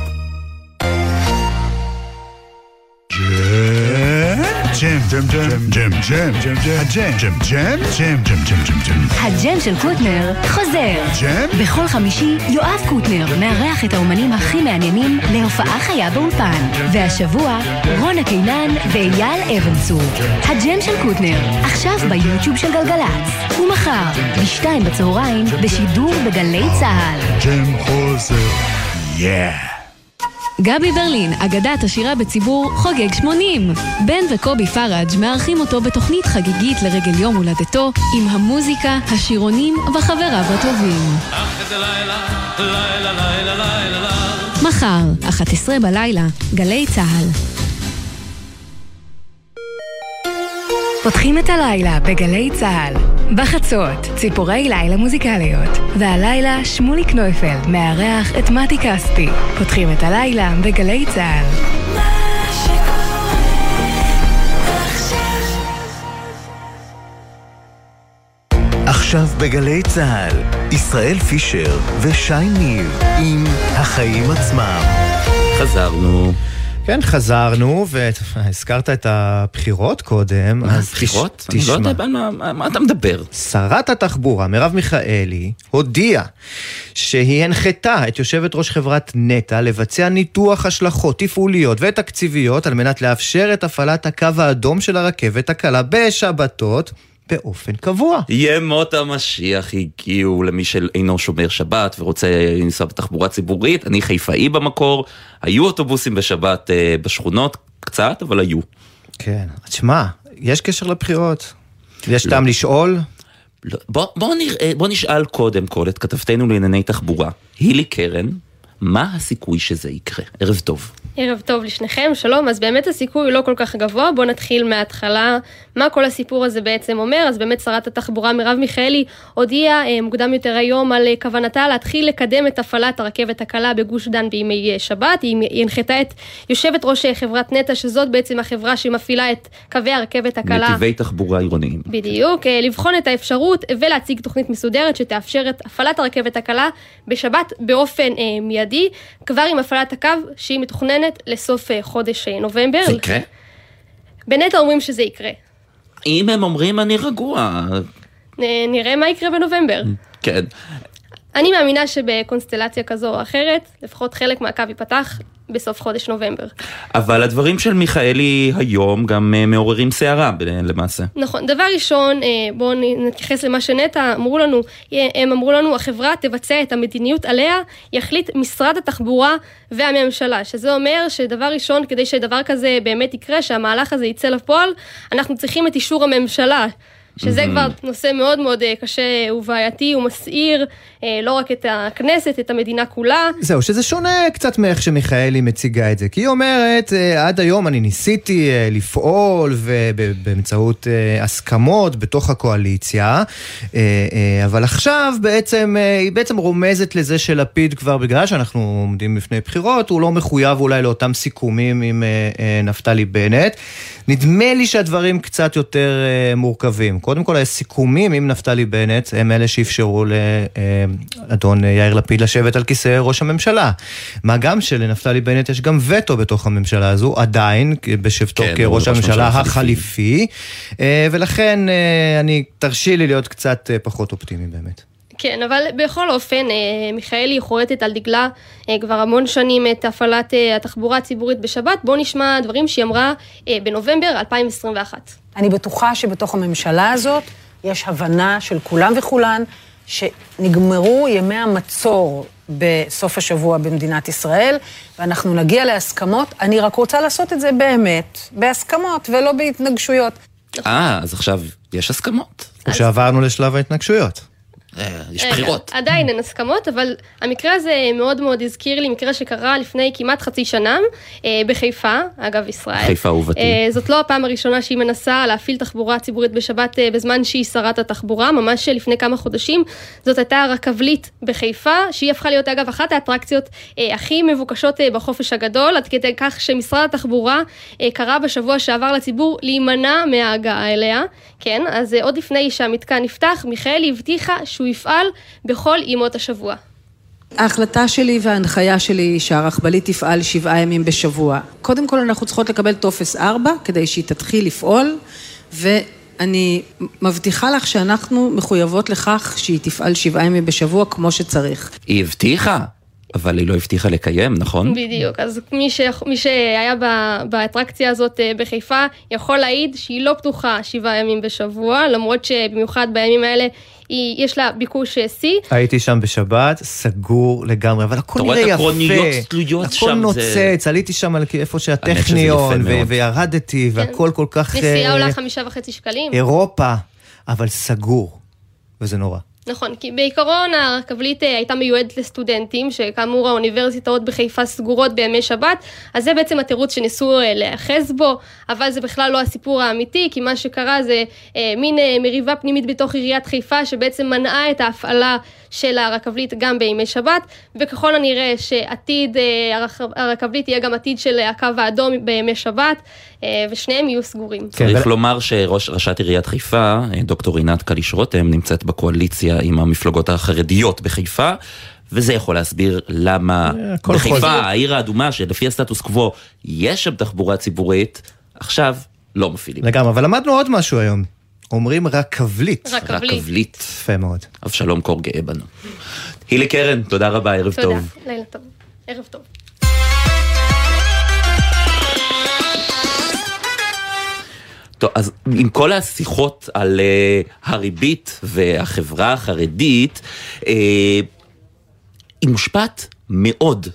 ג'ם, ג'ם, ג'ם, ג'ם, ג'ם, ג'ם, ג'ם, ג'ם, ג'ם, ג'ם, ג'ם, ג'ם, ג'ם, ג'ם. הג'ם של קוטנר חוזר. ג'ם? בכל חמישי יואב קוטנר מארח את האומנים הכי מעניינים להופעה חיה באולפן. והשבוע רונה קינן ואייל אבנסור. הג'ם של קוטנר, עכשיו ביוטיוב של גלגלצ. ומחר, בשתיים בצהריים, בשידור בגלי צהל. ג'ם חוזר. יא! גבי ברלין, אגדת השירה בציבור, חוגג שמונים. בן וקובי פראג' מארחים אותו בתוכנית חגיגית לרגל יום הולדתו, עם המוזיקה, השירונים וחבריו הטובים. מחר, אחת עשרה בלילה, גלי צהל. פותחים את הלילה בגלי צהל. בחצות, ציפורי לילה מוזיקליות. והלילה, שמוליק נויפל מארח את מתי כספי. פותחים את הלילה בגלי צהל. עכשיו בגלי צהל, ישראל פישר ושי ניב עם החיים עצמם. חזרנו. כן, חזרנו, והזכרת את הבחירות קודם. מה, הבחירות? אני לא יודע, מה אתה מדבר? שרת התחבורה, מרב מיכאלי, הודיעה שהיא הנחתה את יושבת ראש חברת נטה לבצע ניתוח השלכות תפעוליות ותקציביות על מנת לאפשר את הפעלת הקו האדום של הרכבת הקלה בשבתות באופן קבוע. ימות המשיח הגיעו למי שאינו שומר שבת ורוצה לנסוע בתחבורה ציבורית. אני חיפאי במקור, היו אוטובוסים בשבת אה, בשכונות קצת, אבל היו. כן, תשמע, יש קשר לבחירות? יש לא. טעם לשאול? לא. בוא, בוא, נראה, בוא נשאל קודם כל את כתבתנו לענייני תחבורה, הילי קרן, מה הסיכוי שזה יקרה? ערב טוב. ערב טוב לשניכם, שלום. אז באמת הסיכוי הוא לא כל כך גבוה, בואו נתחיל מההתחלה. מה כל הסיפור הזה בעצם אומר? אז באמת שרת התחבורה מרב מיכאלי הודיעה מוקדם יותר היום על כוונתה להתחיל לקדם את הפעלת הרכבת הקלה בגוש דן בימי שבת. היא הנחתה את יושבת ראש חברת נטה, שזאת בעצם החברה שמפעילה את קווי הרכבת הקלה. נתיבי תחבורה עירוניים. בדיוק, לבחון את האפשרות ולהציג תוכנית מסודרת שתאפשר את הפעלת הרכבת הקלה בשבת באופן מיידי, כבר עם הפעלת הקו שהיא מתוכננת לסוף חודש נובמבר. זה יקרה? בנטה אומרים שזה יקרה. אם הם אומרים אני רגוע. נראה מה יקרה בנובמבר. כן. אני מאמינה שבקונסטלציה כזו או אחרת, לפחות חלק מהקו ייפתח בסוף חודש נובמבר. אבל הדברים של מיכאלי היום גם מעוררים שערה למעשה. נכון. דבר ראשון, בואו נתייחס למה שנטה אמרו לנו. הם אמרו לנו, החברה תבצע את המדיניות עליה, יחליט משרד התחבורה והממשלה. שזה אומר שדבר ראשון, כדי שדבר כזה באמת יקרה, שהמהלך הזה יצא לפועל, אנחנו צריכים את אישור הממשלה. שזה כבר נושא מאוד מאוד קשה ובעייתי ומסעיר, לא רק את הכנסת, את המדינה כולה. זהו, שזה שונה קצת מאיך שמיכאלי מציגה את זה, כי היא אומרת, עד היום אני ניסיתי לפעול ובאמצעות הסכמות בתוך הקואליציה, אבל עכשיו בעצם, היא בעצם רומזת לזה שלפיד כבר, בגלל שאנחנו עומדים לפני בחירות, הוא לא מחויב אולי לאותם סיכומים עם נפתלי בנט. נדמה לי שהדברים קצת יותר מורכבים. קודם כל, הסיכומים עם נפתלי בנט, הם אלה שאפשרו לאדון יאיר לפיד לשבת על כיסא ראש הממשלה. מה גם שלנפתלי בנט יש גם וטו בתוך הממשלה הזו, עדיין, בשבתו כן, כראש הממשלה החליפי, ולכן אני תרשי לי להיות קצת פחות אופטימי באמת. כן, אבל בכל אופן, מיכאלי חורטת על דגלה כבר המון שנים את הפעלת התחבורה הציבורית בשבת. בואו נשמע דברים שהיא אמרה בנובמבר אלפיים עשרים ואחת. אני בטוחה שבתוך הממשלה הזאת יש הבנה של כולם וכולן שנגמרו ימי המצור בסוף השבוע במדינת ישראל, ואנחנו נגיע להסכמות. אני רק רוצה לעשות את זה באמת, בהסכמות ולא בהתנגשויות. אה, אז עכשיו יש הסכמות. או שעברנו לשלב ההתנגשויות. יש בחירות. עדיין אין הסכמות, אבל המקרה הזה מאוד מאוד הזכיר לי מקרה שקרה לפני כמעט חצי שנה בחיפה, אגב ישראל. חיפה אהובתי. זאת לא הפעם הראשונה שהיא מנסה להפעיל תחבורה ציבורית בשבת בזמן שהיא שרת התחבורה, ממש לפני כמה חודשים. זאת הייתה רכבלית בחיפה, שהיא הפכה להיות אגב אחת האטרקציות הכי מבוקשות בחופש הגדול, עד כדי כך שמשרד התחבורה קרא בשבוע שעבר לציבור להימנע מההגעה אליה. כן, אז עוד לפני שהמתקן נפתח, מיכאלי הבטיחה שהוא יפעל בכל ימות השבוע. ההחלטה שלי וההנחיה שלי היא שהרכבלית תפעל שבעה ימים בשבוע. קודם כל אנחנו צריכות לקבל טופס ארבע כדי שהיא תתחיל לפעול, ואני מבטיחה לך שאנחנו מחויבות לכך שהיא תפעל שבעה ימים בשבוע כמו שצריך. היא הבטיחה? אבל היא לא הבטיחה לקיים, נכון? בדיוק, אז מי, ש... מי שהיה באטרקציה הזאת בחיפה יכול להעיד שהיא לא פתוחה שבעה ימים בשבוע, למרות שבמיוחד בימים האלה היא, יש לה ביקוש שיא. הייתי שם בשבת, סגור לגמרי, אבל הכל נראה יפה. אתה רואה את הקרוניות תלויות שם. הכל נוצץ, עליתי שם על איפה שהטכניון, וירדתי, והכל כל כך... נסיעה עולה חמישה וחצי שקלים. אירופה, אבל סגור, וזה נורא. נכון, כי בעיקרון הרכבלית הייתה מיועדת לסטודנטים, שכאמור האוניברסיטאות בחיפה סגורות בימי שבת, אז זה בעצם התירוץ שניסו להאחז בו, אבל זה בכלל לא הסיפור האמיתי, כי מה שקרה זה אה, מין אה, מריבה פנימית בתוך עיריית חיפה, שבעצם מנעה את ההפעלה של הרכבלית גם בימי שבת, וככל הנראה שעתיד אה, הרכבלית יהיה גם עתיד של הקו האדום בימי שבת, אה, ושניהם יהיו סגורים. צריך לומר שראשת עיריית חיפה, דוקטור רינת קליש רותם, נמצאת בקואליציה עם המפלגות החרדיות בחיפה, וזה יכול להסביר למה בחיפה, העיר האדומה, שלפי הסטטוס קוו יש שם תחבורה ציבורית, עכשיו לא מפעילים. לגמרי, אבל למדנו עוד משהו היום. אומרים רכבלית. רכבלית. יפה מאוד. אבשלום קור גאה בנו. הילי קרן, תודה רבה, ערב טוב. תודה, לילה טוב. ערב טוב. טוב, אז עם כל השיחות על uh, הריבית והחברה החרדית, uh, היא מושפעת מאוד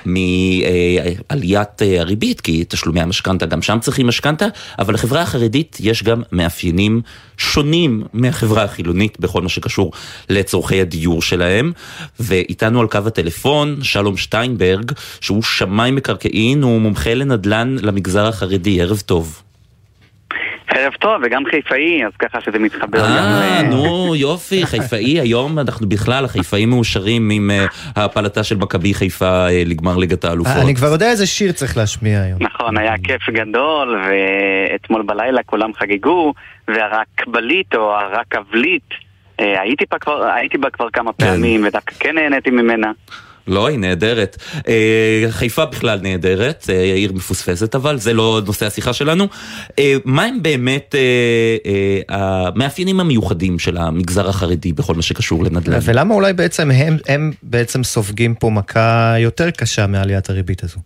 מעליית uh, הריבית, כי תשלומי המשכנתה גם שם צריכים משכנתה, אבל לחברה החרדית יש גם מאפיינים שונים מהחברה החילונית בכל מה שקשור לצורכי הדיור שלהם, ואיתנו על קו הטלפון שלום שטיינברג, שהוא שמאי מקרקעין, הוא מומחה לנדל"ן למגזר החרדי. ערב טוב. ערב טוב, וגם חיפאי, אז ככה שזה מתחבר. אה, נו, יופי, חיפאי, היום אנחנו בכלל, החיפאים מאושרים עם ההפלתה של מכבי חיפה לגמר ליגת האלופות. אני כבר יודע איזה שיר צריך להשמיע היום. נכון, היה כיף גדול, ואתמול בלילה כולם חגגו, והרכבלית או הרכבלית, הייתי בה כבר כמה פעמים, ודווקא כן נהניתי ממנה. לא, היא נהדרת. חיפה בכלל נהדרת, עיר מפוספסת, אבל זה לא נושא השיחה שלנו. מה הם באמת המאפיינים המיוחדים של המגזר החרדי בכל מה שקשור לנדל"ן? ולמה אולי בעצם הם, הם בעצם סופגים פה מכה יותר קשה מעליית הריבית הזו?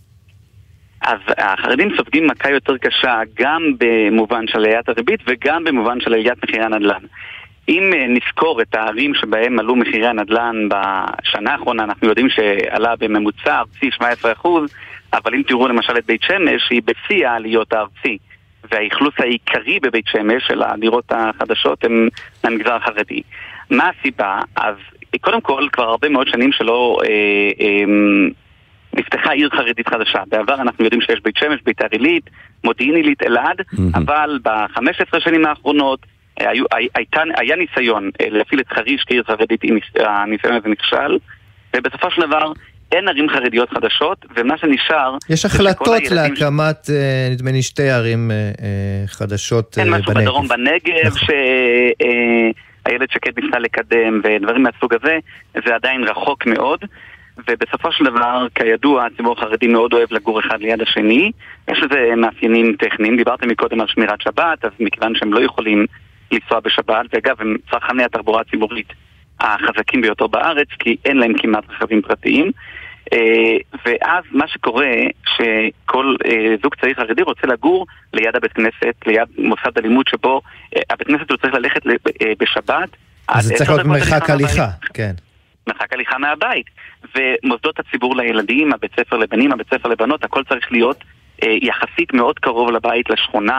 אז החרדים סופגים מכה יותר קשה גם במובן של עליית הריבית וגם במובן של עליית מחירי הנדל"ן. אם נזכור את הערים שבהם עלו מחירי הנדל"ן בשנה האחרונה, אנחנו יודעים שעלה בממוצע ארצי שבע עשרה אחוז, אבל אם תראו למשל את בית שמש, היא בשיא העליות הארצי, והאכלוס העיקרי בבית שמש של הדירות החדשות הם למגזר החרדי. מה הסיבה? אז קודם כל כבר הרבה מאוד שנים שלא אה, אה, נפתחה עיר חרדית חדשה. בעבר אנחנו יודעים שיש בית שמש, ביתר עילית, מודיעין עילית, אלעד, mm-hmm. אבל ב-חמש עשרה שנים האחרונות היה, היה, היה ניסיון להפעיל את חריש כעיר חרדית, הניסיון הזה נכשל, ובסופו של דבר אין ערים חרדיות חדשות, ומה שנשאר... יש החלטות להקמת, נדמה לי, שתי ערים חדשות בנגב. אין משהו בדרום בנגב, שהילד שקד ניסה לקדם, ודברים מהסוג הזה, זה עדיין רחוק מאוד, ובסופו של דבר, כידוע, הציבור החרדי מאוד אוהב לגור אחד ליד השני, יש לזה מאפיינים טכניים, דיברתם מקודם על שמירת שבת, אז מכיוון שהם לא יכולים לנסוע בשבת, ואגב, הם צרכני התחבורה הציבורית החזקים ביותר בארץ, כי אין להם כמעט רכבים פרטיים, ואז מה שקורה, שכל זוג צעיר חרדי רוצה לגור ליד הבית כנסת, ליד מוסד הלימוד שבו הבית כנסת הוא צריך ללכת בשבת. אז זה צריך להיות מרחק הליכה, כן. מרחק הליכה מהבית, ומוסדות הציבור לילדים, הבית ספר לבנים, הבית ספר לבנות, הכל צריך להיות יחסית מאוד קרוב לבית, לשכונה,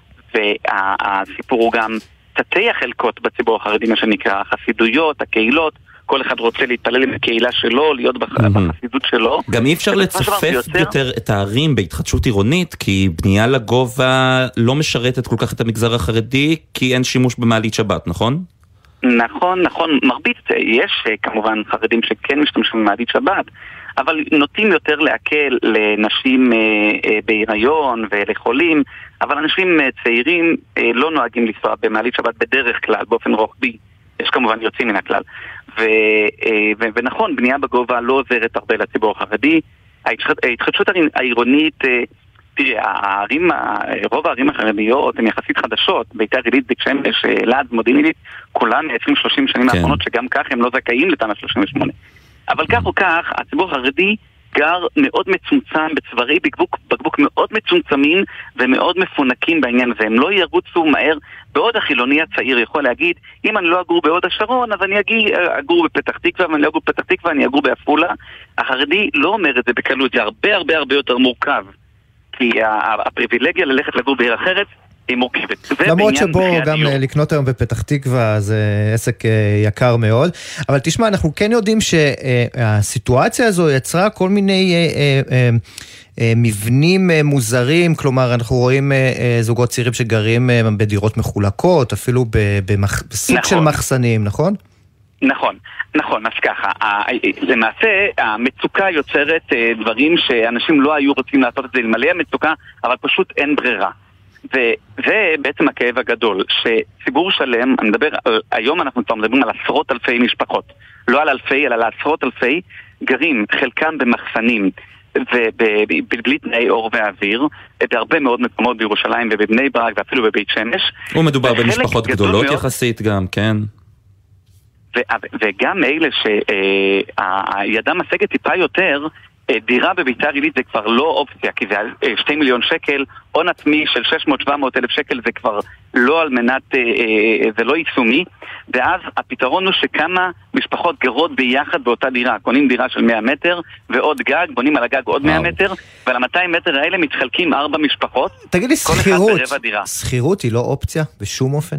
והסיפור הוא גם תתי החלקות בציבור החרדי, מה שנקרא, החסידויות, הקהילות, כל אחד רוצה להתפלל עם הקהילה שלו, להיות בחסידות שלו. גם אי אפשר לצופף יותר את הערים בהתחדשות עירונית, כי בנייה לגובה לא משרתת כל כך את המגזר החרדי, כי אין שימוש במעלית שבת, נכון? נכון, נכון, מרבית יש כמובן חרדים שכן משתמשים במעלית שבת, אבל נוטים יותר להקל לנשים בהיריון ולחולים, אבל אנשים צעירים לא נוהגים לנסוע במעלית שבת בדרך כלל, באופן רוחבי. יש כמובן יוצאים מן הכלל. ו, ו, ונכון, בנייה בגובה לא עוזרת הרבה לציבור החרדי. ההתחדשות העירונית, תראה, הערים, רוב הערים החרדיות הן יחסית חדשות, ביתר עילית, בית שמש, אלעד, מודיעין עילית, כולן עשרים שלושים שנים האחרונות, שגם כך הם לא זכאים לתמ"א שלושים ושמונה. אבל כך או כך, הציבור החרדי גר מאוד מצומצם בצווארי בקבוק, בקבוק מאוד מצומצמים ומאוד מפונקים בעניין הזה. הם לא ירוצו מהר. בעוד החילוני הצעיר יכול להגיד, אם אני לא אגור בעוד השרון, אז אני אגור, אגור בפתח תקווה, ואני לא אגור בפתח תקווה, אני אגור בעפולה. החרדי לא אומר את זה בקלות, זה הרבה הרבה הרבה יותר מורכב. כי הפריבילגיה ללכת לגור בעיר אחרת היא מורכבת. למרות שבו גם לקנות היום בפתח תקווה זה עסק יקר מאוד, אבל תשמע, אנחנו כן יודעים שהסיטואציה הזו יצרה כל מיני מבנים מוזרים, כלומר אנחנו רואים זוגות צעירים שגרים בדירות מחולקות, אפילו בסוג של מחסנים, נכון? נכון, נכון, אז ככה, למעשה המצוקה יוצרת דברים שאנשים לא היו רוצים לעשות את זה אלמלא המצוקה, אבל פשוט אין ברירה. וזה בעצם הכאב הגדול, שציבור שלם, אני מדבר, היום אנחנו כבר מדברים על עשרות אלפי משפחות, לא על אלפי, אלא על עשרות אלפי, גרים, חלקם במחסנים, ובלי תנאי אור ואוויר, בהרבה מאוד מקומות בירושלים ובבני ברק ואפילו בבית שמש. ומדובר במשפחות גדולות יחסית גם, כן. וגם אלה שהידם משגת טיפה יותר, דירה בביתר עילית זה כבר לא אופציה, כי זה שתי מיליון שקל, הון עצמי של שש מאות שבע מאות אלף שקל זה כבר לא על מנת, זה לא יישומי, ואז הפתרון הוא שכמה משפחות גרות ביחד באותה דירה, קונים דירה של מאה מטר ועוד גג, בונים על הגג עוד מאה מטר, ועל ה-מאתיים מטר האלה מתחלקים ארבע משפחות. תגיד לי, סחירות, סחירות היא לא אופציה בשום אופן?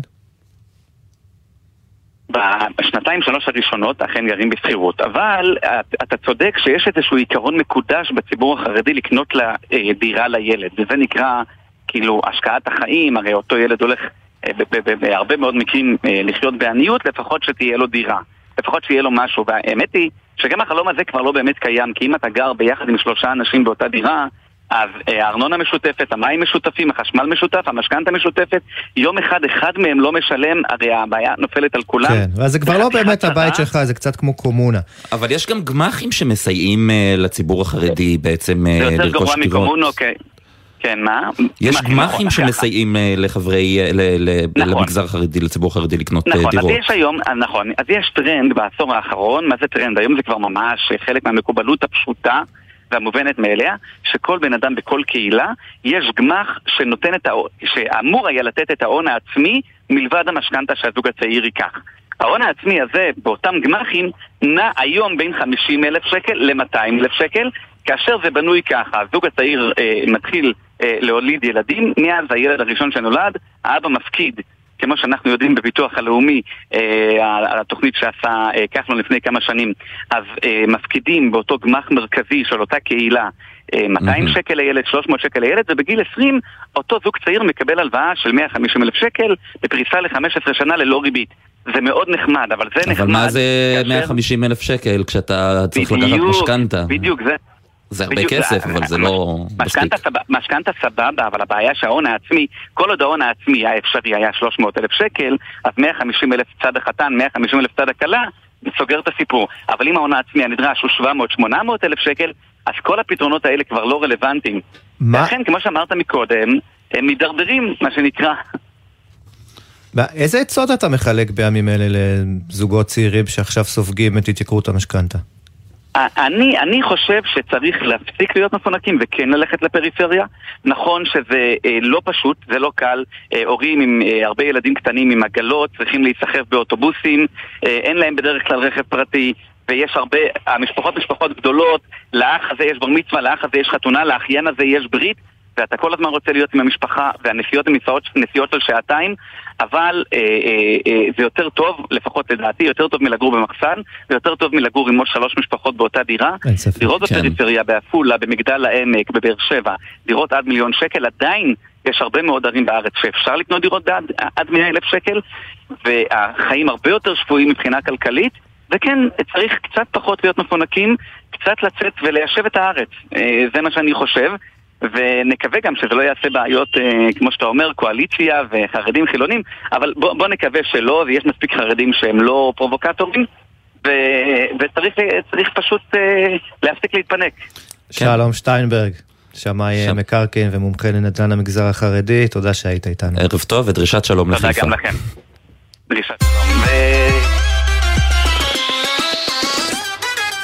בשנתיים שלוש הראשונות אכן גרים בסחירות, אבל אתה צודק שיש איזשהו עיקרון מקודש בציבור החרדי לקנות לה דירה לילד, וזה נקרא כאילו השקעת החיים. הרי אותו ילד הולך בהרבה מאוד מקרים לחיות בעניות, לפחות שתהיה לו דירה, לפחות שיהיה לו משהו. והאמת היא שגם החלום הזה כבר לא באמת קיים, כי אם אתה גר ביחד עם שלושה אנשים באותה דירה, אז הארנונה משותפת, המים משותפים, החשמל משותף, המשכנתה משותפת, יום אחד אחד מהם לא משלם, הרי הבעיה נופלת על כולם. כן, אבל זה כבר לא באמת הבית שלך, זה קצת כמו קומונה. אבל יש גם גמחים שמסייעים לציבור החרדי בעצם לרכוש דירות. זה יותר גרוע מקומונה, אוקיי. כן, מה? יש גמחים שמסייעים לחברי, למגזר החרדי, לציבור החרדי לקנות דירות. נכון, אז יש היום, נכון, אז יש טרנד בעשור האחרון, מה זה טרנד? היום זה כבר ממש חלק מהמקובלות הפשוטה, והמובנת מאליה, שכל בן אדם בכל קהילה יש גמח שנותן את ההון, שאמור היה לתת את ההון העצמי מלבד המשכנתה שהזוג הצעיר ייקח. ההון העצמי הזה באותם גמחים נע היום בין חמישים אלף שקל ל-מאתיים אלף שקל, כאשר זה בנוי ככה, הזוג הצעיר אה, מתחיל אה, להוליד ילדים, מאז הילד הראשון שנולד, האבא מפקיד, כמו שאנחנו יודעים בביטוח הלאומי, אה, על התוכנית שעשה אה, כחלון לפני כמה שנים, אז אה, מפקידים באותו גמח מרכזי של אותה קהילה אה, מאתיים שקל לילד, שלוש מאות שקל לילד, ובגיל עשרים אותו זוג צעיר מקבל הלוואה של מאה וחמישים אלף שקל בפריסה ל-חמש עשרה שנה ללא ריבית. זה מאוד נחמד, אבל זה נחמד. אבל מה זה מאה וחמישים אלף שקל כשאתה צריך לקחת משכנתה? בדיוק, זה... זה הרבה כסף, אבל זה לא מספיק. משכנתה סבבה, אבל הבעיה שההון העצמי, כל עוד ההון העצמי האפשרי היה שלוש מאות אלף שקל, אז מאה וחמישים אלף צד החתן, מאה וחמישים אלף צד הכלה, סוגר את הסיפור. אבל אם ההון העצמי הנדרש הוא שבע מאות שמונה מאות אלף שקל, אז כל הפתרונות האלה כבר לא רלוונטיים. ולכן, כמו שאמרת מקודם, הם מדרדרים, מה שנקרא. איזה עצות אתה מחלק בימים אלה לזוגות צעירים שעכשיו סופגים את התייקרות המשכנתה? אני, אני חושב שצריך להפסיק להיות מפונקים וכן ללכת לפריפריה. נכון שזה אה, לא פשוט, זה לא קל. אה, הורים עם אה, הרבה ילדים קטנים עם עגלות צריכים להיסחף באוטובוסים, אה, אין להם בדרך כלל רכב פרטי, ויש הרבה, המשפחות משפחות גדולות, לאח הזה יש בר מצווה, לאח הזה יש חתונה, לאחיין הזה יש ברית, ואתה כל הזמן רוצה להיות עם המשפחה, והנסיעות הן נסיעות, נסיעות של שעתיים, אבל אה, אה, אה, זה יותר טוב, לפחות לדעתי, יותר טוב מלגור במחסן, ויותר טוב מלגור עם עוד שלוש משפחות באותה דירה. דירות בפריפריה, בעפולה, במגדל העמק, בבאר שבע, דירות עד מיליון שקל, עדיין יש הרבה מאוד ערים בארץ שאפשר לקנות דירות עד, עד מאה אלף שקל, והחיים הרבה יותר שפויים מבחינה כלכלית, וכן, צריך קצת פחות להיות מפונקים, קצת לצאת וליישב את הארץ. אה, זה מה שאני חושב. ונקווה גם שזה לא יעשה בעיות, אה, כמו שאתה אומר, קואליציה וחרדים חילונים, אבל בוא, בוא נקווה שלא, ויש מספיק חרדים שהם לא פרובוקטורים, ו, וצריך צריך פשוט אה, להפסיק להתפנק. שלום שטיינברג, שמאי מקרקעין ומומחה לנדל"ן המגזר החרדי, תודה שהיית איתנו. ערב טוב ודרישת שלום לחיפה. תודה גם לכם. דרישת שלום. ו...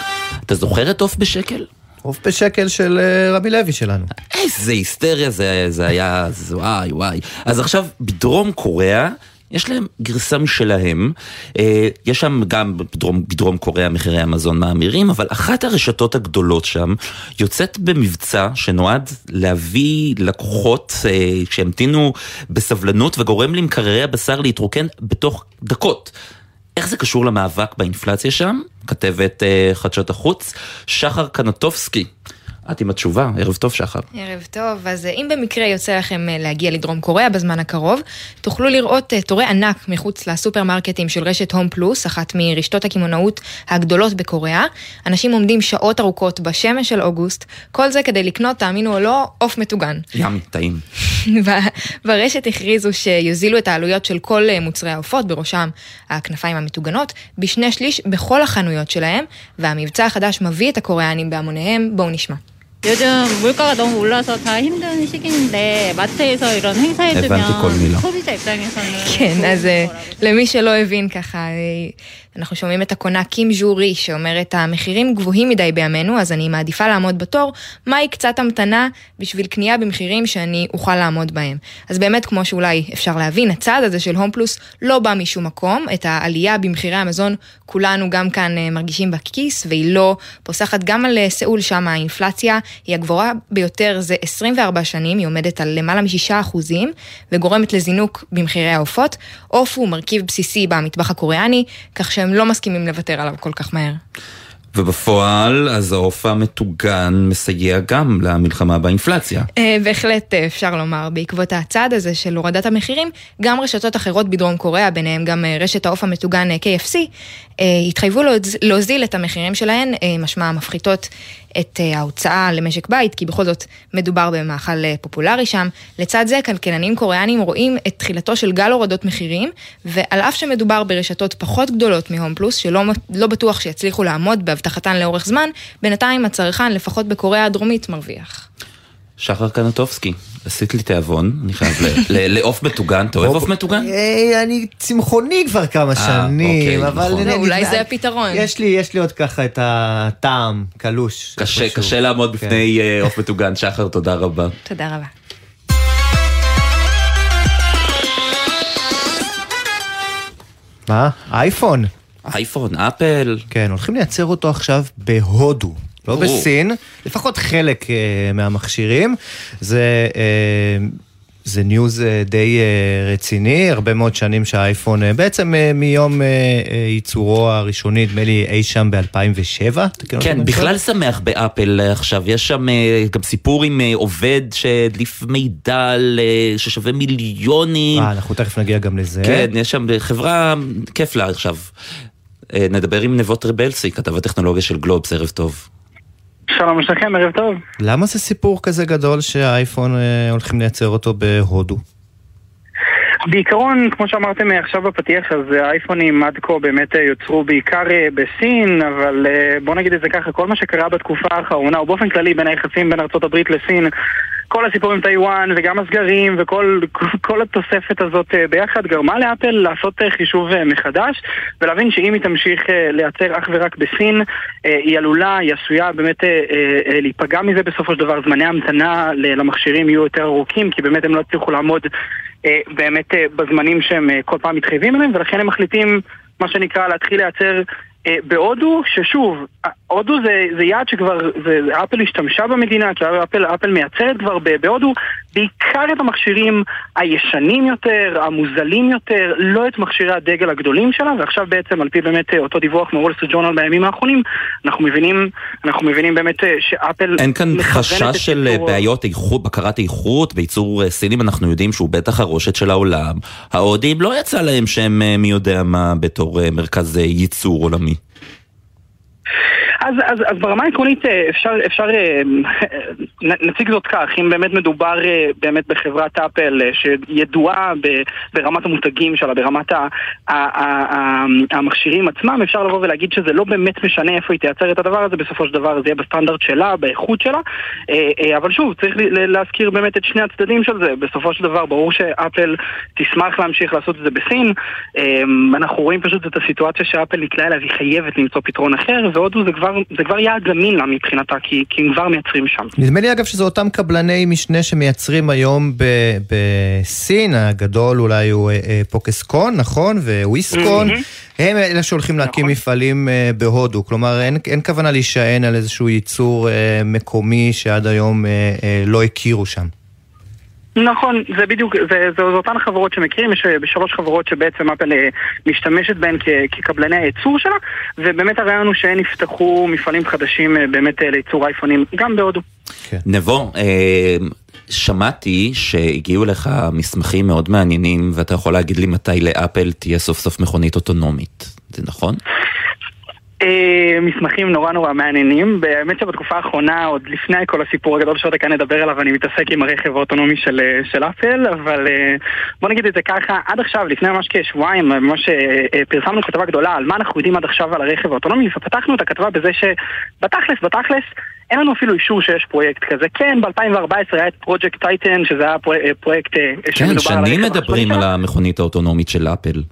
אתה זוכר את עוף בשקל? עוף בשקל של רמי לוי שלנו. איזה היסטריה זה, זה היה, זה, וואי וואי. אז עכשיו, בדרום קוריאה, יש להם גרסה משלהם, יש שם גם בדרום, בדרום קוריאה מחירי המזון מאמירים, אבל אחת הרשתות הגדולות שם יוצאת במבצע שנועד להביא לקוחות שהמתינו בסבלנות וגורם למקררי הבשר להתרוקן בתוך דקות. איך זה קשור למאבק באינפלציה שם? כתבת חדשות החוץ, שחר קנטובסקי. את עם התשובה, ערב טוב שחר. ערב טוב, אז אם במקרה יוצא לכם להגיע לדרום קוריאה בזמן הקרוב, תוכלו לראות תורי ענק מחוץ לסופרמרקטים של רשת הום פלוס, אחת מרשתות הקמעונאות הגדולות בקוריאה. אנשים עומדים שעות ארוכות בשמש של אוגוסט, כל זה כדי לקנות, תאמינו או לא, עוף מטוגן. ים, טעים. ברשת הכריזו שיוזילו את העלויות של כל מוצרי העופות, בראשם הכנפיים המטוגנות, בשני שליש בכל החנויות שלהם, והמבצע החדש מביא את הקוריאנים בהמוניהם. בואו נשמע. 요즘 물가가 너무 올라서 다 힘든 시기인데 마트에서 이런 행사 해주면 소비자 입장에서는 כן, אז למי שלא הבין ככה, אנחנו שומעים את הקונה קים ז'ורי שאומרת המחירים גבוהים מדי בימינו, אז אני מעדיפה לעמוד בתור, מהי קצת המתנה בשביל קנייה במחירים שאני אוכל לעמוד בהם. אז באמת כמו שאולי אפשר להבין, הצעד הזה של הום פלוס לא בא משום מקום, את העלייה במחירי המזון כולנו גם כאן מרגישים בכיס, והיא לא פוסחת גם על סאול, שם האינפלציה היא הגבוהה ביותר זה עשרים וארבע שנים, היא עומדת על למעלה משישה אחוזים, וגורמת לזינוק במחירי העופות. עוף הוא מרכיב בסיסי במטבח הקוריאני, כך שהם לא מסכימים לוותר עליו כל כך מהר. ובפועל, אז העוף המטוגן מסייע גם למלחמה באינפלציה. בהחלט אפשר לומר, בעקבות הצעד הזה של הורדת המחירים, גם רשתות אחרות בדרום קוריאה, ביניהם גם רשת העוף המטוגן קיי אף סי, התחייבו להוזיל את המחירים שלהן, משמע מפחיתות את ההוצאה למשק בית, כי בכל זאת מדובר במאכל פופולרי שם. לצד זה, כלכלנים קוריאנים רואים את תחילתו של גל הורדות מחירים, ועל אף שמדובר ברשתות פחות גדולות מהום פלוס, שלא לא בטוח שיצליחו לעמוד בהבטחתן לאורך זמן, בינתיים הצרכן, לפחות בקוריאה הדרומית, מרוויח. שחר קנטובסקי, עשית לי תיאבון, אני חייב לעוף מטוגן, אתה אוהב עוף מטוגן? אני צמחוני כבר כמה שנים, אבל... אולי זה הפתרון. יש לי, יש לי עוד ככה את הטעם, קלוש. קשה לעמוד בפני עוף מטוגן, שחר, תודה רבה. תודה רבה. מה? אייפון. אייפון, אפל. כן, הולכים לייצר אותו עכשיו בהודו. לא בסין, לפחות חלק uh, מהמכשירים. זה, uh, זה ניוז uh, די uh, רציני, הרבה מאוד שנים שהאייפון, uh, בעצם uh, מיום uh, uh, ייצורו הראשוני, נדמה לי אי שם ב-אלפיים ושבע. כן, בכלל שמח באפל עכשיו, יש שם uh, גם סיפור עם uh, עובד שדליף מידע uh, ששווה מיליונים. אה, אנחנו תכף נגיע גם לזה. כן, יש שם חברה, כיף לה עכשיו. Uh, נדבר עם נבות רבלסי, כתב הטכנולוגיה של גלובס, ערב טוב. שלום לכם, ערב טוב. למה זה סיפור כזה גדול שהאייפון אה, הולכים לייצר אותו בהודו? בעיקרון, כמו שאמרתם עכשיו בפתיח, אז האייפונים עד כה באמת יוצרו בעיקר בסין, אבל בוא נגיד את זה ככה, כל מה שקרה בתקופה האחרונה, או באופן כללי בין היחסים בין ארצות הברית לסין, כל הסיפור עם טיואן וגם הסגרים וכל כל התוספת הזאת ביחד גרמה לאפל לעשות חישוב מחדש ולהבין שאם היא תמשיך לייצר אך ורק בסין, היא עלולה, היא עשויה באמת להיפגע מזה בסופו של דבר. זמני המתנה למכשירים יהיו יותר ארוכים, כי באמת הם לא הצליחו לעמוד באמת בזמנים שהם כל פעם מתחייבים אליהם, ולכן הם מחליטים מה שנקרא להתחיל לייצר בהודו, ששוב, הודו זה, זה יעד שכבר, זה, אפל השתמשה במדינה, אפל, אפל מייצרת כבר בהודו, בעיקר את המכשירים הישנים יותר, המוזלים יותר, לא את מכשירי הדגל הגדולים שלה, ועכשיו בעצם על פי באמת אותו דיווח מוול סטריט ג'ורנל בימים האחרונים, אנחנו מבינים, אנחנו מבינים באמת שאפל... אין כאן חשש של ייצור... בעיות איכות, בקרת איכות, בייצור סינים, אנחנו יודעים שהוא בטח הראשת של העולם. ההודים לא יצא להם שהם מי יודע מה בתור מרכז ייצור עולמי. אז, אז, אז ברמה העקרונית אפשר, אפשר, נציג זאת כך, אם באמת מדובר באמת בחברת אפל שידועה ברמת המותגים שלה, ברמת ה, ה, ה, המכשירים עצמם, אפשר לבוא ולהגיד שזה לא באמת משנה איפה היא תייצר את הדבר הזה, בסופו של דבר זה יהיה בסטנדרט שלה, באיכות שלה, אבל שוב, צריך להזכיר באמת את שני הצדדים של זה. בסופו של דבר ברור שאפל תשמח להמשיך לעשות את זה בסין, אנחנו רואים פשוט את הסיטואציה שאפל נקלעה לה והיא חייבת למצוא פתרון אחר, והודו זה כבר כבר, זה כבר יעד זמין לה מבחינתה, כי, כי הם כבר מייצרים שם. נדמה לי אגב שזה אותם קבלני משנה שמייצרים היום ב, בסין, הגדול אולי הוא פוקסקון, נכון? וויסקון, הם אלה שהולכים להקים מפעלים בהודו, כלומר אין, אין כוונה להישען על איזשהו ייצור מקומי שעד היום לא הכירו שם. נכון, זה בדיוק, זה, זה, זה אותן חברות שמכירים, יש בשלוש חברות שבעצם אפל משתמשת בהן כ, כקבלני הייצור שלה, ובאמת הרעיון הוא שהן יפתחו מפעלים חדשים באמת לייצור אייפונים, גם בהודו. כן. נבו, אה, שמעתי שהגיעו לך מסמכים מאוד מעניינים, ואתה יכול להגיד לי מתי לאפל תהיה סוף סוף מכונית אוטונומית, זה נכון? מסמכים נורא נורא מעניינים. באמת שבתקופה האחרונה, עוד לפני כל הסיפור הגדול שעוד כאן נדבר עליו, אני מתעסק עם הרכב האוטונומי של, של אפל, אבל בוא נגיד את זה ככה, עד עכשיו, לפני ממש כשבועיים, ממש פרסמנו כתבה גדולה על מה אנחנו יודעים עד עכשיו על הרכב האוטונומי, ופתחנו את הכתבה בזה שבתכלס, בתכלס, אין לנו אפילו אישור שיש פרויקט כזה. כן, ב-אלפיים וארבע עשרה היה את פרויקט טייטן, שזה היה פרויקט כן, שנים מדברים על המכונית האוטונומית של אפל.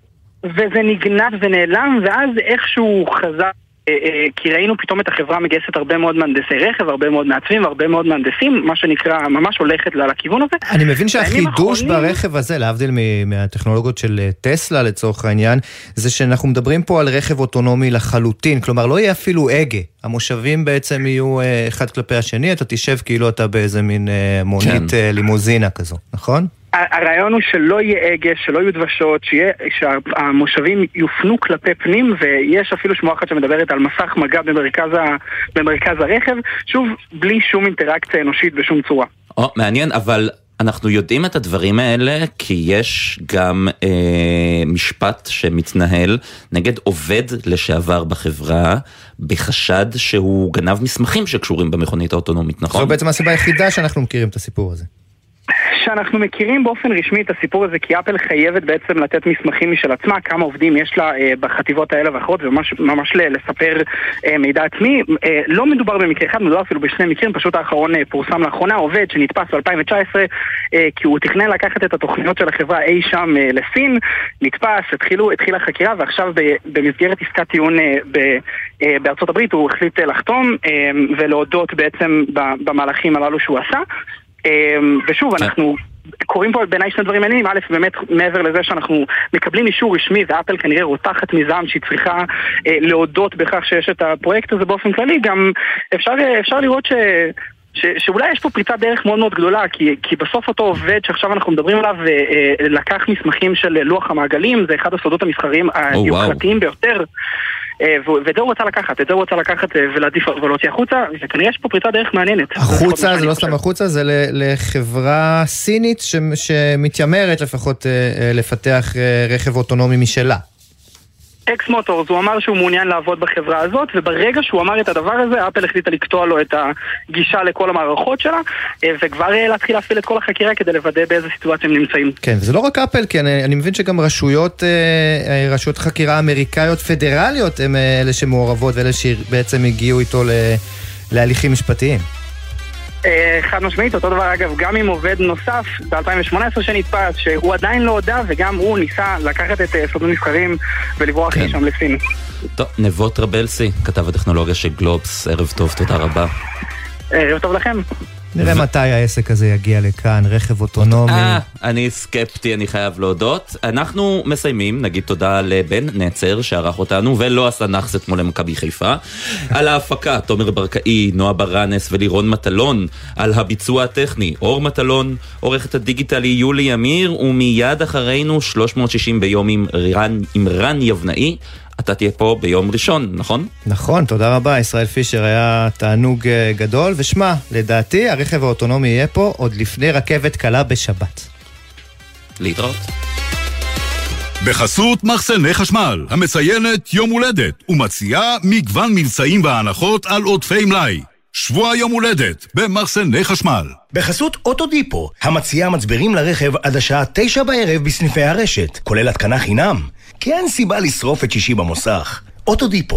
וזה נגנב ונעלם, ואז איכשהו חזר, כי ראינו פתאום את החברה מגייסת הרבה מאוד מהנדסי רכב, הרבה מאוד מעצבים, הרבה מאוד מהנדסים, מה שנקרא, ממש הולכת לכיוון הזה. אני מבין שהחידוש ברכב הזה, להבדיל מהטכנולוגיות של טסלה לצורך העניין, זה שאנחנו מדברים פה על רכב אוטונומי לחלוטין, כלומר לא יהיה אפילו אגה, המושבים בעצם יהיו אחד כלפי השני, אתה תשב כאילו אתה באיזה מין מונית לימוזינה כזו, נכון? הרעיון הוא שלא יהיה אגה, שלא יהיו דבשות, שהמושבים יופנו כלפי פנים, ויש אפילו שמועה אחת שמדברת על מסך מגע במרכז, ה, במרכז הרכב, שוב, בלי שום אינטראקציה אנושית בשום צורה. או, מעניין, אבל אנחנו יודעים את הדברים האלה, כי יש גם אה, משפט שמתנהל נגד עובד לשעבר בחברה, בחשד שהוא גנב מסמכים שקשורים במכונית האוטונומית, נכון? זו בעצם הסיבה היחידה שאנחנו מכירים את הסיפור הזה. שאנחנו מכירים באופן רשמי את הסיפור הזה, כי אפל חייבת בעצם לתת מסמכים משל עצמה, כמה עובדים יש לה אה, בחטיבות האלה ואחרות, וממש ממש לספר אה, מידע עצמי. אה, לא מדובר במקרה אחד, מדובר אפילו בשני מקרים, פשוט האחרון אה, פורסם לאחרונה, עובד שנתפס ב-אלפיים תשע עשרה, אה, כי הוא תכנן לקחת את התוכניות של החברה אי שם אה, לסין, נתפס, התחילו, התחילה חקירה, ועכשיו ב, במסגרת עסקת טיעון אה, ב, אה, בארצות הברית, הוא החליט אה, לחתום אה, ולהודות בעצם במהלכים הללו שהוא עשה. ושוב, אנחנו קוראים פה בעיניי שני דברים מעניינים. א', באמת מעבר לזה שאנחנו מקבלים אישור רשמי, ואפל כנראה רותחת מזעם שהיא צריכה להודות בכך שיש את הפרויקט הזה באופן כללי, גם אפשר, אפשר לראות ש... ש, שאולי יש פה פריצת דרך מאוד מאוד גדולה, כי, כי בסוף אותו עובד שעכשיו אנחנו מדברים עליו לקח מסמכים של לוח המעגלים, זה אחד הסודות המסחריים היוקרתיים ביותר, ואת זה הוא רוצה לקחת, את זה הוא רוצה לקחת ולהדיף ולהוציא החוצה, וכנראה יש פה פריצת דרך מעניינת. החוצה זה לא סתם החוצה, זה לחברה סינית שמתיימרת לפחות לפתח רכב אוטונומי משלה. אקס מוטורס, הוא אמר שהוא מעוניין לעבוד בחברה הזאת, וברגע שהוא אמר את הדבר הזה, אפל החליטה לקטוע לו את הגישה לכל המערכות שלה, וכבר להתחיל להפעיל את כל החקירה כדי לוודא באיזה סיטואציה הם נמצאים. כן, וזה לא רק אפל, כי אני, אני מבין שגם רשויות, רשויות חקירה אמריקאיות פדרליות הם אלה שמעורבות, ואלה שבעצם הגיעו איתו להליכים משפטיים. חד משמעית, אותו דבר אגב, גם עם עובד נוסף ב-אלפיים שמונה עשרה שנתפס, שהוא עדיין לא הודע, וגם הוא ניסה לקחת את סודות מסחריים ולברוח כן. משם לסין. טוב, נבו טרבלסי, כתב הטכנולוגיה של גלובס, ערב טוב, תודה רבה. ערב טוב לכם. נראה מתי העסק הזה יגיע לכאן, רכב אוטונומי. אה, אני סקפטי, אני חייב להודות. אנחנו מסיימים, נגיד תודה לבן נצר שערך אותנו, ולא עשה נחס אתמול למכבי חיפה. על ההפקה, תומר ברקאי, נועה ברנס ולירון מטלון. על הביצוע הטכני, אור מטלון, עורכת הדיגיטלי יולי אמיר, ומיד אחרינו שלוש מאות שישים ביום עם רן, עם רן יבנאי. אתה תהיה פה ביום ראשון, נכון? נכון, תודה רבה. ישראל פישר היה תענוג גדול, ושמע, לדעתי הרכב האוטונומי יהיה פה עוד לפני רכבת קלה בשבת. להתראות. בחסות מחסני חשמל, המציינת יום הולדת, ומציעה מגוון מבצעים והנחות על עודפי מלאי. שבוע יום הולדת במחסני חשמל. בחסות אוטודיפו, המציעה מצברים לרכב עד השעה תשע בערב בסניפי הרשת, כולל התקנה חינם. כי אין סיבה לשרוף את שישי במוסך. אוטודיפו.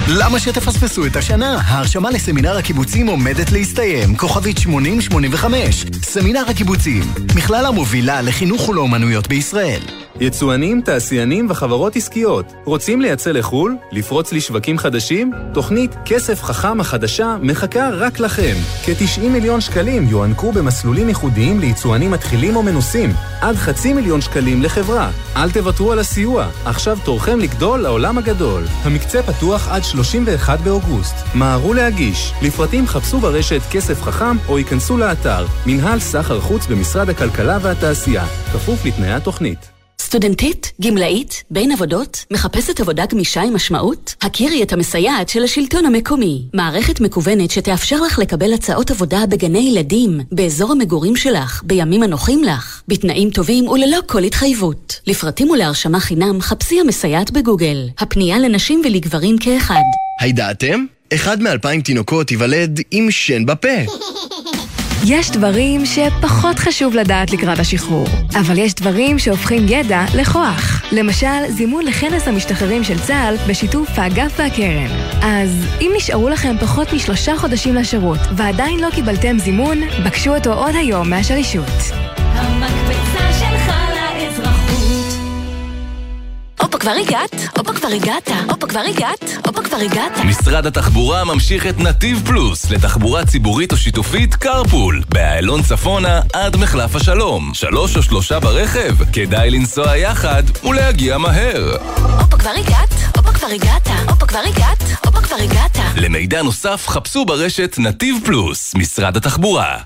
למה שתפספסו את השנה? ההרשמה לסמינר הקיבוצים עומדת להסתיים. כוכבית שמונים שמונים וחמש. סמינר הקיבוצים, מכללה מובילה לחינוך ולאומנויות בישראל. יצואנים, תעשיינים וחברות עסקיות. רוצים לייצא לחול? לפרוץ לשווקים חדשים? תוכנית כסף חכם החדשה מחכה רק לכם. כ-תשעים מיליון שקלים יוענקו במסלולים ייחודיים ליצואנים מתחילים או מנוסים. עד חצי מיליון שקלים לחברה. אל תוותרו על הסיוע. עכשיו תורכם לגדול לעולם הגדול. המקצה פתוח עד שלושים ואחד באוגוסט. מהרו להגיש. לפרטים חפשו ברשת כסף חכם או ייכנסו לאתר. מנהל סחר חוץ במשרד הכלכלה והתעשייה. כפוף לתנאי התוכנית. סטודנטית, גמלאית, בין עבודות, מחפשת עבודה גמישה עם משמעות? הכירי את המסייעת של השלטון המקומי. מערכת מקוונת שתאפשר לך לקבל הצעות עבודה בגני ילדים, באזור המגורים שלך, בימים הנוחים לך, בתנאים טובים וללא כל התחייבות. לפרטים ולהרשמה חינם, חפשי המסייעת בגוגל. הפנייה לנשים ולגברים כאחד. הידעתם? אחד מאלפיים תינוקות ייוולד עם שן בפה. יש דברים שפחות חשוב לדעת לקראת השחרור, אבל יש דברים שהופכים ידע לכוח. למשל, זימון לכנס המשתחררים של צה"ל בשיתוף האגף והקרן. אז אם נשארו לכם פחות משלושה חודשים לשירות ועדיין לא קיבלתם זימון, בקשו אותו עוד היום מהשלישות. המקפצה שלך לאזרחות. אופה כבר הגעת, אופה כבר הגעת, אופה כבר הגעת, אופה כבר הגעת. משרד התחבורה ממשיך את נתיב פלוס לתחבורה ציבורית או שיתופית קרפול באיילון צפונה עד מחלף השלום. שלוש או שלושה ברכב, כדאי לנסוע יחד ולהגיע מהר. אופה כבר הגעת, אופה כבר הגעת, אופה כבר הגעת, אופה כבר הגעת. למידע נוסף חפשו ברשת נתיב פלוס, משרד התחבורה.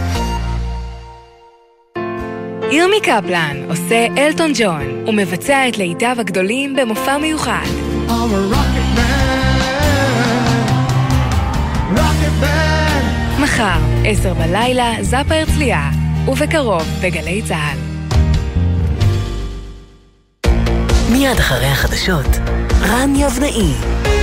ירמי קפלן עושה אלטון ג'ון ומבצע את להיטיו הגדולים במופע מיוחד. מחר, עשר בלילה, זאפה הרצליה, ובקרוב בגלי צהל. מיד אחרי החדשות, רן יבנאי.